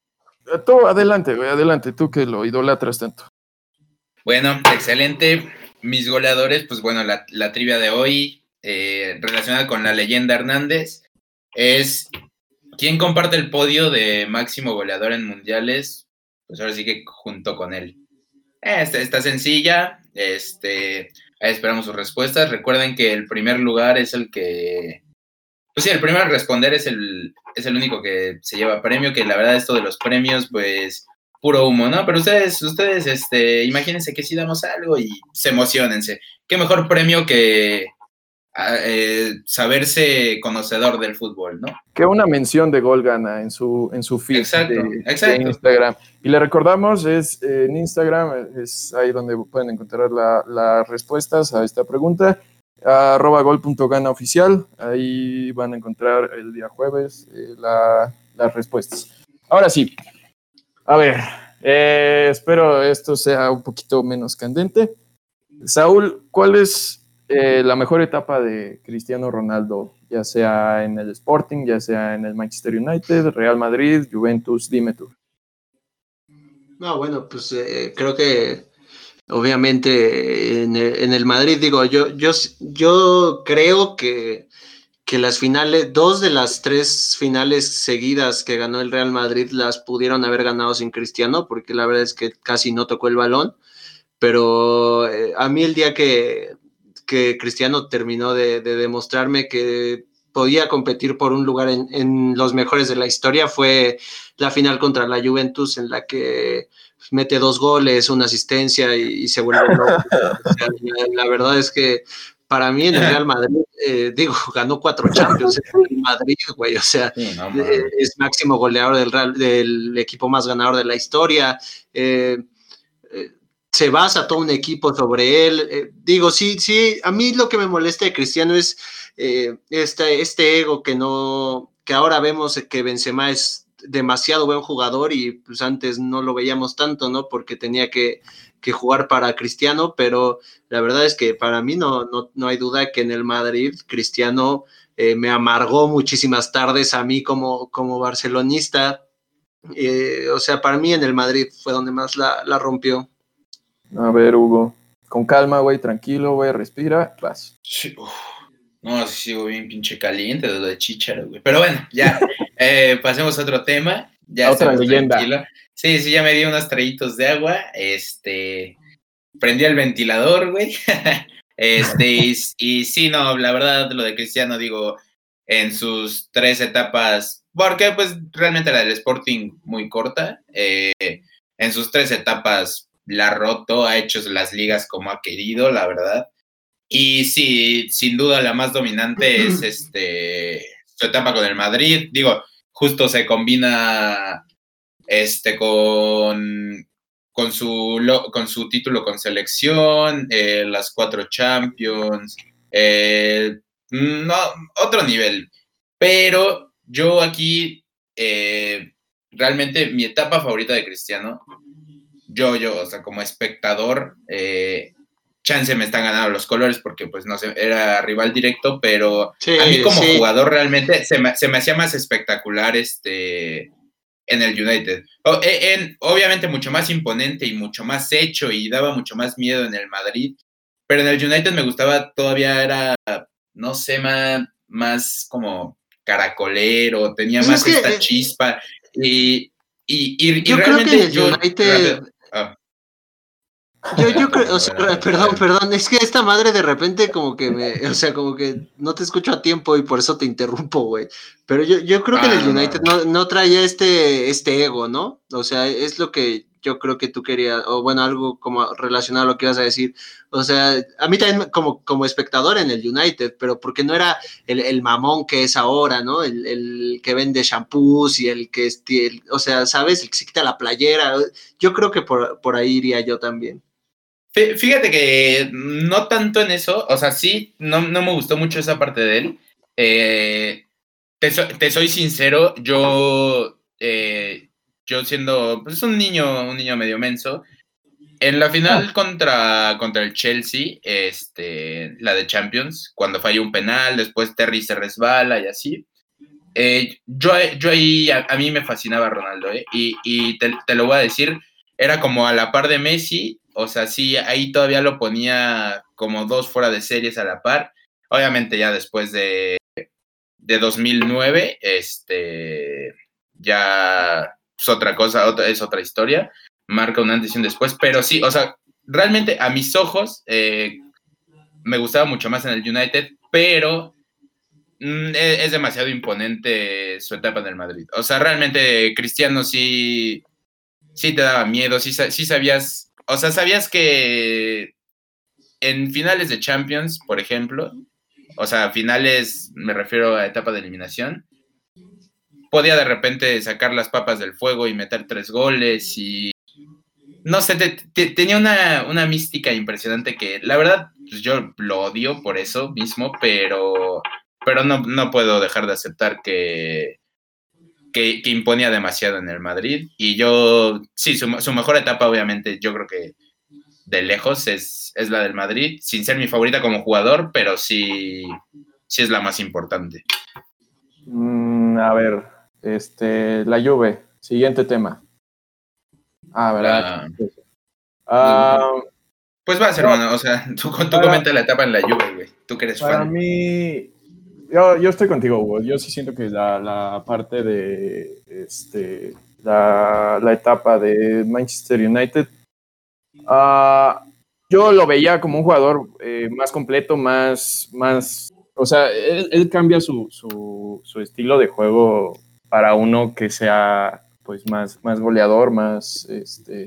Speaker 1: Tú, adelante, güey, adelante, tú que lo idolatras tanto.
Speaker 3: Bueno, excelente. Mis goleadores, pues bueno, la, la trivia de hoy, eh, relacionada con la leyenda Hernández, es ¿quién comparte el podio de máximo goleador en mundiales? Pues ahora sí que junto con él. Esta está sencilla, este, ahí esperamos sus respuestas. Recuerden que el primer lugar es el que, pues sí, el primero a responder es el, es el único que se lleva premio, que la verdad esto de los premios, pues, puro humo, ¿no? Pero ustedes, ustedes, este, imagínense que sí damos algo y se emocionense. ¿Qué mejor premio que eh, saberse conocedor del fútbol, ¿no?
Speaker 1: Que una mención de gol gana en su, en su feed
Speaker 3: exacto,
Speaker 1: de,
Speaker 3: exacto.
Speaker 1: de Instagram. Y le recordamos, es eh, en Instagram, es ahí donde pueden encontrar las la respuestas a esta pregunta. arroba gol punto gana oficial, ahí van a encontrar el día jueves eh, la, las respuestas. Ahora sí, a ver, eh, espero esto sea un poquito menos candente. Saúl, ¿cuál es eh, la mejor etapa de Cristiano Ronaldo? Ya sea en el Sporting, ya sea en el Manchester United, Real Madrid, Juventus, dime tú.
Speaker 2: No, bueno, pues eh, creo que obviamente en el, en el Madrid, digo, yo, yo, yo creo que, que las finales, dos de las tres finales seguidas que ganó el Real Madrid las pudieron haber ganado sin Cristiano, porque la verdad es que casi no tocó el balón, pero eh, a mí el día que, que Cristiano terminó de, de demostrarme que podía competir por un lugar en, en los mejores de la historia fue la final contra la Juventus, en la que mete dos goles, una asistencia y, y se vuelve loco. O sea, la, la verdad es que para mí en el Real Madrid, eh, digo, ganó cuatro Champions en Madrid, güey, o sea, sí, no, eh, es máximo goleador del, Real, del equipo más ganador de la historia, eh, eh, se basa todo un equipo sobre él, eh, digo, sí, sí, a mí lo que me molesta de Cristiano es eh, este, este ego que no, que ahora vemos que Benzema es demasiado buen jugador y pues antes no lo veíamos tanto, ¿no? Porque tenía que, que jugar para Cristiano, pero la verdad es que para mí no, no, no hay duda que en el Madrid Cristiano eh, me amargó muchísimas tardes a mí como, como barcelonista, eh, o sea, para mí en el Madrid fue donde más la, la rompió.
Speaker 1: A ver, Hugo, con calma, güey, tranquilo, güey, respira, vas.
Speaker 3: Sí, no, sigo bien pinche caliente de lo de Chicharo, güey. Pero bueno, ya, eh, pasemos a otro tema. Ya
Speaker 1: otra leyenda.
Speaker 3: Tranquilo. Sí, sí, ya me di unos traguitos de agua. Este, prendí el ventilador, güey. este, y, y sí, no, la verdad, lo de Cristiano, digo, en sus tres etapas, porque pues realmente la del Sporting muy corta. Eh, en sus tres etapas la ha roto, ha hecho las ligas como ha querido, la verdad. Y sí, sin duda la más dominante es este su etapa con el Madrid. Digo, justo se combina este con, con, su, con su título con selección, eh, las cuatro Champions, eh, no, otro nivel. Pero yo aquí, eh, realmente mi etapa favorita de Cristiano, yo, yo, o sea, como espectador, eh, chance me están ganando los colores porque pues no sé, era rival directo, pero sí, a mí como sí. jugador realmente se me, se me hacía más espectacular este en el United. O, en, obviamente mucho más imponente y mucho más hecho y daba mucho más miedo en el Madrid, pero en el United me gustaba todavía, era, no sé, más, más como caracolero, tenía pues más es que, esta chispa y, y, y, y
Speaker 2: yo
Speaker 3: realmente
Speaker 2: creo que en el
Speaker 3: yo...
Speaker 2: United... Oh. Yo, yo creo, o sea, perdón, perdón, es que esta madre de repente como que me, o sea, como que no te escucho a tiempo y por eso te interrumpo, güey. Pero yo, yo creo que ah, en el United no, no. no traía este, este ego, ¿no? O sea, es lo que yo creo que tú querías, o bueno, algo como relacionado a lo que ibas a decir. O sea, a mí también como, como espectador en el United, pero porque no era el, el mamón que es ahora, ¿no? El, el que vende shampoos y el que, es, el, o sea, ¿sabes? El que se quita la playera. Yo creo que por, por ahí iría yo también.
Speaker 3: Fíjate que no tanto en eso, o sea, sí, no, no me gustó mucho esa parte de él. Eh, te, so, te soy sincero, yo, eh, yo siendo pues, un niño, un niño medio menso, en la final ah. contra, contra el Chelsea, este, la de Champions, cuando falló un penal, después Terry se resbala y así. Eh, yo, yo ahí, a, a mí me fascinaba Ronaldo, ¿eh? Y, y te, te lo voy a decir, era como a la par de Messi. O sea, sí, ahí todavía lo ponía como dos fuera de series a la par. Obviamente ya después de, de dos mil nueve, este, ya es otra cosa, otra, es otra historia. Marca un antes y un después. Pero sí, o sea, realmente a mis ojos eh, me gustaba mucho más en el United, pero mm, es, es demasiado imponente su etapa en el Madrid. O sea, realmente Cristiano sí, sí te daba miedo, sí, sí sabías... O sea, ¿sabías que en finales de Champions, por ejemplo, o sea, finales, me refiero a etapa de eliminación, podía de repente sacar las papas del fuego y meter tres goles y... No sé, te, te, tenía una, una mística impresionante que, la verdad, pues yo lo odio por eso mismo, pero, pero no, no puedo dejar de aceptar que... Que, que imponía demasiado en el Madrid. Y yo, sí, su, su mejor etapa, obviamente, yo creo que de lejos es, es la del Madrid, sin ser mi favorita como jugador, pero sí, sí es la más importante.
Speaker 1: Mm, a ver, este, la Juve, siguiente tema. Ah, ¿verdad?
Speaker 3: Ah, uh, pues vas, no, hermano, o sea, tú, tú para, comenta la etapa en la Juve, güey, tú que eres
Speaker 1: para
Speaker 3: fan.
Speaker 1: Para mí, yo, yo estoy contigo, Hugo, yo sí siento que la, la parte de, este, la, la etapa de Manchester United, Uh, yo lo veía como un jugador eh, más completo, más, más, o sea, él, él cambia su, su, su estilo de juego para uno que sea, pues, más, más goleador, más, este,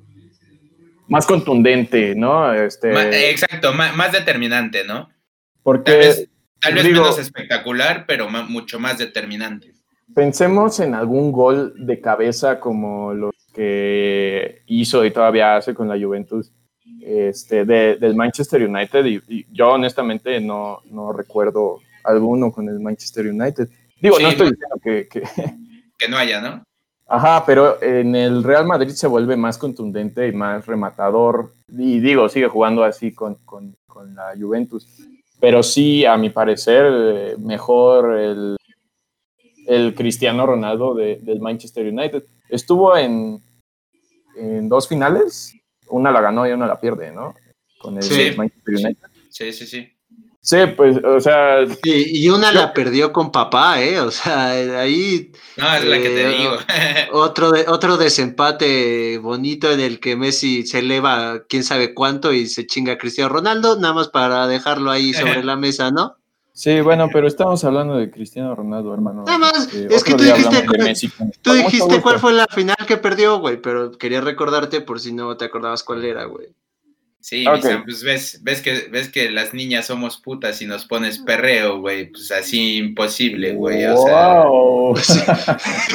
Speaker 1: más contundente, ¿no? Este,
Speaker 3: Exacto, más, más determinante, ¿no?
Speaker 1: Porque,
Speaker 3: tal vez, tal vez
Speaker 1: digo,
Speaker 3: menos espectacular, pero más, mucho más determinante.
Speaker 1: Pensemos en algún gol de cabeza como los que hizo y todavía hace con la Juventus este, de, del Manchester United y, y yo honestamente no, no recuerdo alguno con el Manchester United. Digo, sí, no estoy no, diciendo que, que...
Speaker 3: que no haya, ¿no?
Speaker 1: Ajá, pero en el Real Madrid se vuelve más contundente y más rematador y digo, sigue jugando así con, con, con la Juventus. Pero sí, a mi parecer, mejor el el Cristiano Ronaldo de, del Manchester United. Estuvo en, en dos finales, una la ganó y una la pierde, ¿no? Con el
Speaker 3: sí,
Speaker 1: Manchester United.
Speaker 3: Sí, sí, sí.
Speaker 1: Sí, pues, o sea...
Speaker 2: Sí, y una yo, la perdió con papá, ¿eh? O sea, ahí...
Speaker 3: No, es eh, la que te digo.
Speaker 2: otro, de, otro desempate bonito en el que Messi se eleva quién sabe cuánto y se chinga a Cristiano Ronaldo, nada más para dejarlo ahí sobre la mesa, ¿no?
Speaker 1: Sí, bueno, pero estamos hablando de Cristiano Ronaldo, hermano.
Speaker 2: Nada más, este, es que tú dijiste, cuál, Messi, tú dijiste cuál fue la final que perdió, güey, pero quería recordarte por si no te acordabas cuál era, güey.
Speaker 3: Sí, okay. Misa, pues ves, ves que ves que las niñas somos putas y nos pones perreo, güey, pues así imposible, güey, o
Speaker 1: wow.
Speaker 3: sea.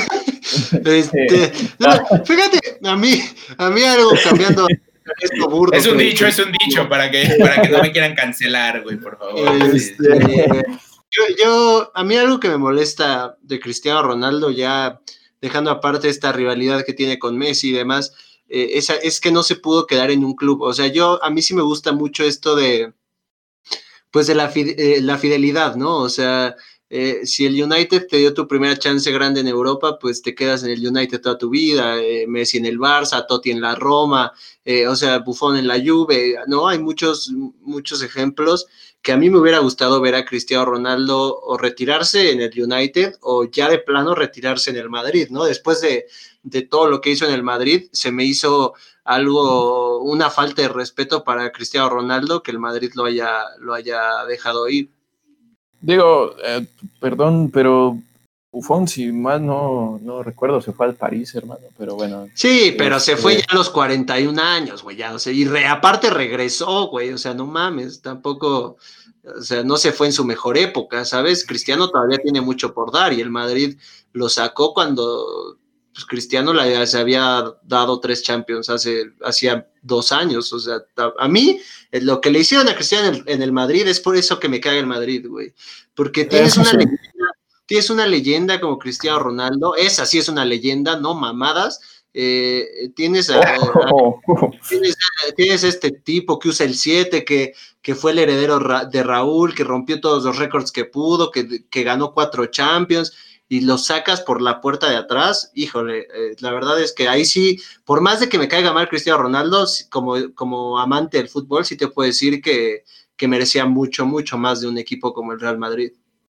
Speaker 2: este, no, fíjate, a mí, a mí algo cambiando esto burdo.
Speaker 3: Es un dicho, es un dicho para que, para que no me quieran cancelar, güey, por favor.
Speaker 2: Este, yo, yo, a mí algo que me molesta de Cristiano Ronaldo, ya dejando aparte esta rivalidad que tiene con Messi y demás. Eh, es, es que no se pudo quedar en un club. O sea, yo, a mí sí me gusta mucho esto de, pues de la, eh, la fidelidad, ¿no? O sea, eh, si el United te dio tu primera chance grande en Europa, pues te quedas en el United toda tu vida, eh, Messi en el Barça, Totti en la Roma, eh, o sea, Buffon en la Juve, ¿no? Hay muchos, muchos ejemplos que a mí me hubiera gustado ver a Cristiano Ronaldo o retirarse en el United o ya de plano retirarse en el Madrid, ¿no? Después de, de todo lo que hizo en el Madrid, se me hizo algo, una falta de respeto para Cristiano Ronaldo que el Madrid lo haya, lo haya dejado ir.
Speaker 1: Digo, eh, perdón, pero Buffon, si mal no, no recuerdo, se fue al París, hermano, pero bueno.
Speaker 2: Sí, pero este... se fue ya a los cuarenta y un años, güey, ya, o sea, y re, aparte regresó, güey, o sea, no mames, tampoco, o sea, no se fue en su mejor época, ¿sabes? Cristiano todavía tiene mucho por dar y el Madrid lo sacó cuando pues, Cristiano le, se había dado tres Champions hace, hacía dos años, o sea, a mí lo que le hicieron a Cristiano en el, en el Madrid es por eso que me caga el Madrid, güey, porque tienes una
Speaker 1: sí.
Speaker 2: leyenda, tienes una leyenda como Cristiano Ronaldo, esa sí es una leyenda, no mamadas. Eh, tienes, a,
Speaker 1: oh.
Speaker 2: a, tienes, tienes este tipo que usa el siete, que, que fue el heredero de Raúl, que rompió todos los récords que pudo, que, que ganó cuatro Champions, y lo sacas por la puerta de atrás. Híjole, eh, la verdad es que ahí sí, por más de que me caiga mal Cristiano Ronaldo, como, como amante del fútbol, sí te puedo decir que, que merecía mucho, mucho más de un equipo como el Real Madrid.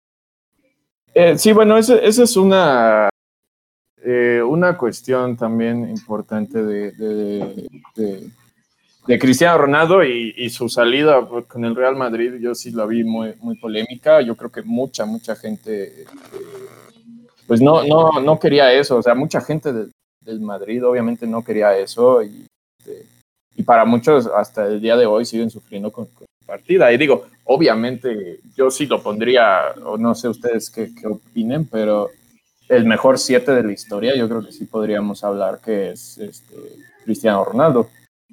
Speaker 1: Eh, sí, bueno, esa es una eh, una cuestión también importante de, de, de, de Cristiano Ronaldo y, y su salida con el Real Madrid. Yo sí la vi muy, muy polémica. Yo creo que mucha, mucha gente eh, pues no, no, no quería eso. O sea, mucha gente de, del Madrid obviamente no quería eso y, de, y para muchos hasta el día de hoy siguen sufriendo con, con partida. Y digo, obviamente yo sí lo pondría, o no sé ustedes qué, qué opinen, pero el mejor siete de la historia, yo creo que sí podríamos hablar que es este, Cristiano Ronaldo.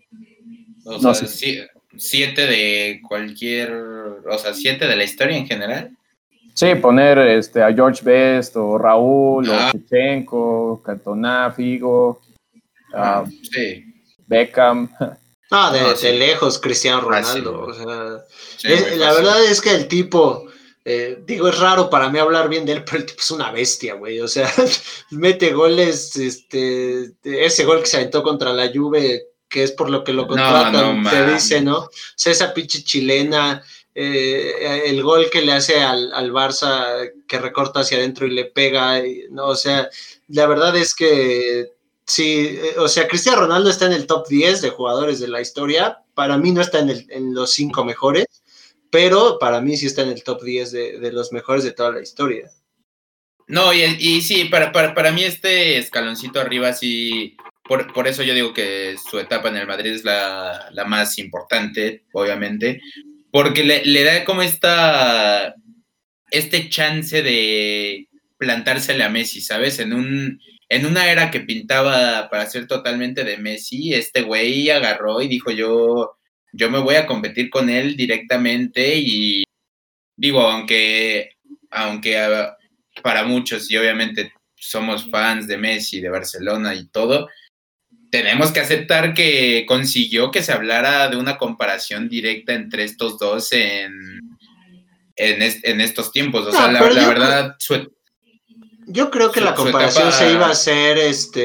Speaker 3: O no sea, sé. siete de cualquier, o sea, siete de la historia en general.
Speaker 1: Sí, poner este, a George Best o Raúl ah. o Shevchenko, Cantona, Figo,
Speaker 3: ah, uh, sí.
Speaker 1: Beckham.
Speaker 2: No, de, no, sí. de lejos Cristiano Ronaldo. Ah, sí. O sea, sí, es, la verdad es que el tipo, eh, digo, es raro para mí hablar bien de él, pero el tipo es una bestia, güey. O sea, mete goles, este, ese gol que se aventó contra la Juve, que es por lo que lo contratan, no, no, se dice, ¿no? O sea, esa pinche chilena, eh, el gol que le hace al, al Barça, que recorta hacia adentro y le pega, y, no, o sea, la verdad es que sí, o sea, Cristiano Ronaldo está en el top diez de jugadores de la historia. Para mí no está en, el, en los cinco mejores, pero para mí sí está en el top diez de, de los mejores de toda la historia.
Speaker 3: No, y, y sí, para, para, para mí este escaloncito arriba sí, por, por eso yo digo que su etapa en el Madrid es la, la más importante, obviamente, porque le, le da como esta, este chance de plantársele a Messi, ¿sabes? En un... En una era que pintaba para ser totalmente de Messi, este güey agarró y dijo yo, yo me voy a competir con él directamente y digo, aunque, aunque para muchos y obviamente somos fans de Messi, de Barcelona y todo, tenemos que aceptar que consiguió que se hablara de una comparación directa entre estos dos en, en, est, en estos tiempos. O sea, no, la, la verdad... Su,
Speaker 2: Yo creo que su, la comparación etapa... se iba a hacer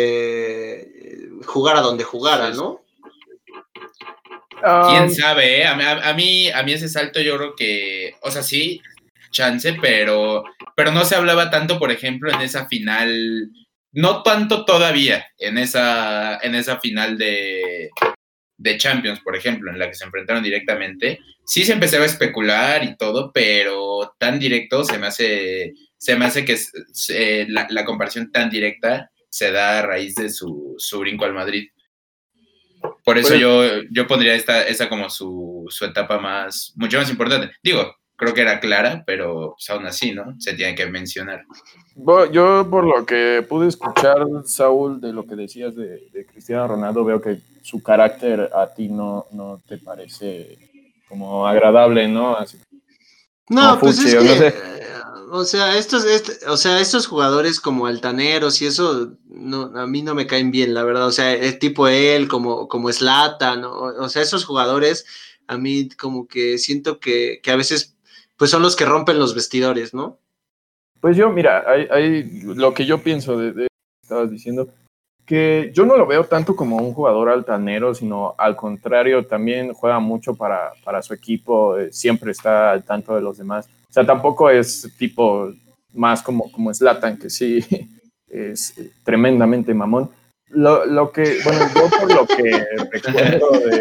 Speaker 2: este jugar a donde jugara, ¿no?
Speaker 3: Quién um, sabe, ¿eh? a, a, a mí a mí ese salto yo creo que, o sea, sí, chance, pero pero no se hablaba tanto, por ejemplo, en esa final, no tanto todavía en esa en esa final de de Champions, por ejemplo, en la que se enfrentaron directamente. Sí se empezaba a especular y todo, pero tan directo se me hace se me hace que eh, la, la comparación tan directa se da a raíz de su, su brinco al Madrid. por eso yo, yo pondría esta, esta como su, su etapa más, mucho más importante. Digo, creo que era clara, pero pues, aún así, ¿no? Se tiene que mencionar.
Speaker 1: Yo, por lo que pude escuchar, Saúl, de lo que decías de, de Cristiano Ronaldo, veo que su carácter a ti no, no te parece como agradable, ¿no? Así,
Speaker 2: no, pues fuchi, es que, no sé. o sea, estos, este, o sea, estos jugadores como altaneros y eso, no, a mí no me caen bien, la verdad. O sea, el tipo él, como, como Zlatan, ¿no? O sea, esos jugadores, a mí como que siento que, que a veces, pues son los que rompen los vestidores, ¿no?
Speaker 1: Pues yo, mira, hay, hay lo que yo pienso de, de lo que estabas diciendo, que yo no lo veo tanto como un jugador altanero, sino al contrario, también juega mucho para, para su equipo, eh, siempre está al tanto de los demás. O sea, tampoco es tipo más como, como Zlatan, que sí es tremendamente mamón. Lo, lo que, bueno, yo por lo que recuerdo de...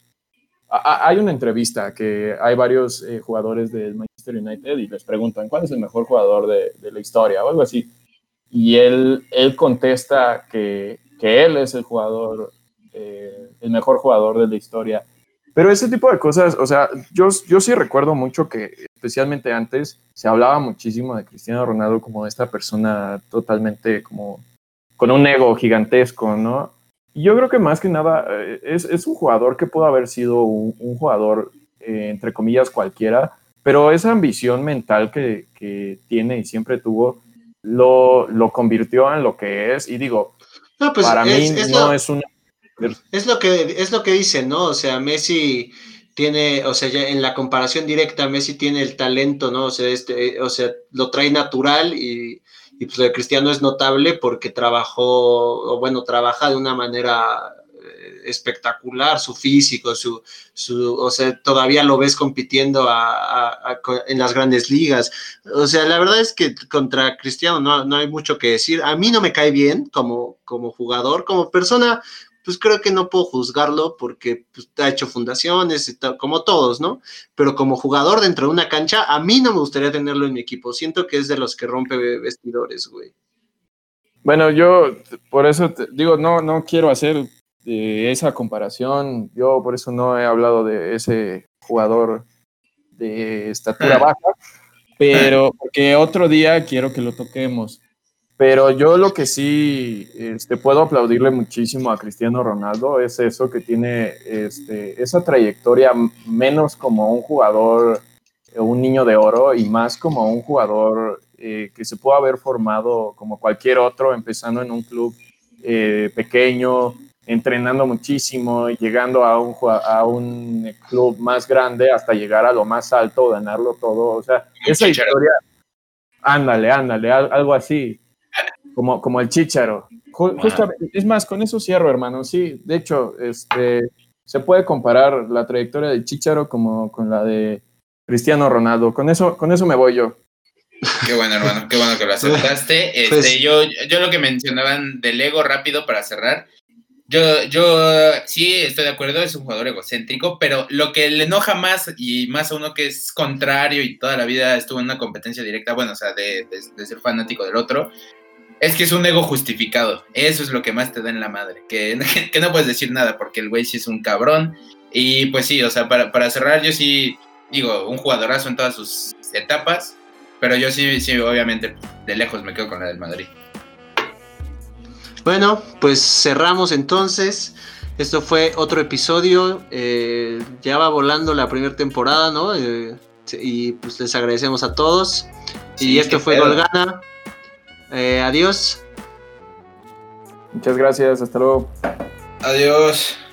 Speaker 1: A, hay una entrevista que hay varios eh, jugadores del Manchester United y les preguntan cuál es el mejor jugador de, de la historia o algo así. Y él, él contesta que, que él es el jugador, eh, el mejor jugador de la historia. Pero ese tipo de cosas, o sea, yo, yo sí recuerdo mucho que, especialmente antes, se hablaba muchísimo de Cristiano Ronaldo como esta persona totalmente como con un ego gigantesco, ¿no? Y yo creo que más que nada eh, es, es un jugador que pudo haber sido un, un jugador, eh, entre comillas, cualquiera, pero esa ambición mental que, que tiene y siempre tuvo, Lo, lo convirtió en lo que es, y digo, no, pues para es, mí es no lo, es una...
Speaker 2: Es lo que, es lo que dicen, ¿no? O sea, Messi tiene, o sea, ya en la comparación directa, Messi tiene el talento, ¿no? O sea, este, o sea, lo trae natural y, y pues lo de Cristiano es notable porque trabajó, o bueno, trabaja de una manera espectacular, su físico, su, su, o sea, todavía lo ves compitiendo a, a, a, en las grandes ligas. O sea, la verdad es que contra Cristiano no, no hay mucho que decir. A mí no me cae bien como, como jugador, como persona, pues creo que no puedo juzgarlo porque pues, ha hecho fundaciones, y tal, como todos, ¿no? Pero como jugador dentro de una cancha, a mí no me gustaría tenerlo en mi equipo. Siento que es de los que rompe vestidores, güey.
Speaker 1: Bueno, yo por eso te, digo, no, no quiero hacer de esa comparación. Yo por eso no he hablado de ese jugador de estatura baja, pero porque otro día quiero que lo toquemos. Pero yo lo que sí este, puedo aplaudirle muchísimo a Cristiano Ronaldo es eso que tiene este, esa trayectoria menos como un jugador, un niño de oro y más como un jugador eh, que se puede haber formado como cualquier otro, empezando en un club eh, pequeño, entrenando muchísimo, llegando a un, a un club más grande hasta llegar a lo más alto, ganarlo todo. O sea, esa historia, ándale, ándale, algo así. Como, como el Chícharo. Justamente, es más, con eso cierro, hermano. Sí, de hecho, este, se puede comparar la trayectoria del Chícharo como con la de Cristiano Ronaldo. Con eso, con eso me voy yo.
Speaker 3: Qué bueno, hermano, qué bueno que lo aceptaste. Este, pues, yo, yo lo que mencionaban del ego rápido para cerrar. Yo, yo sí estoy de acuerdo, es un jugador egocéntrico, pero lo que le enoja más y más a uno que es contrario y toda la vida estuvo en una competencia directa, bueno, o sea, de, de, de ser fanático del otro, es que es un ego justificado. Eso es lo que más te da en la madre. Que, que no puedes decir nada porque el güey sí es un cabrón. Y pues sí, o sea, para, para cerrar, yo sí digo, un jugadorazo en todas sus etapas. Pero yo sí, sí, obviamente, de lejos me quedo con la del Madrid.
Speaker 2: Bueno, pues cerramos entonces. Esto fue otro episodio. Eh, ya va volando la primera temporada, ¿no? Eh, y pues les agradecemos a todos. Sí, y esto fue pedo. Golgana. Eh, adiós.
Speaker 1: Muchas gracias, hasta luego.
Speaker 3: Adiós.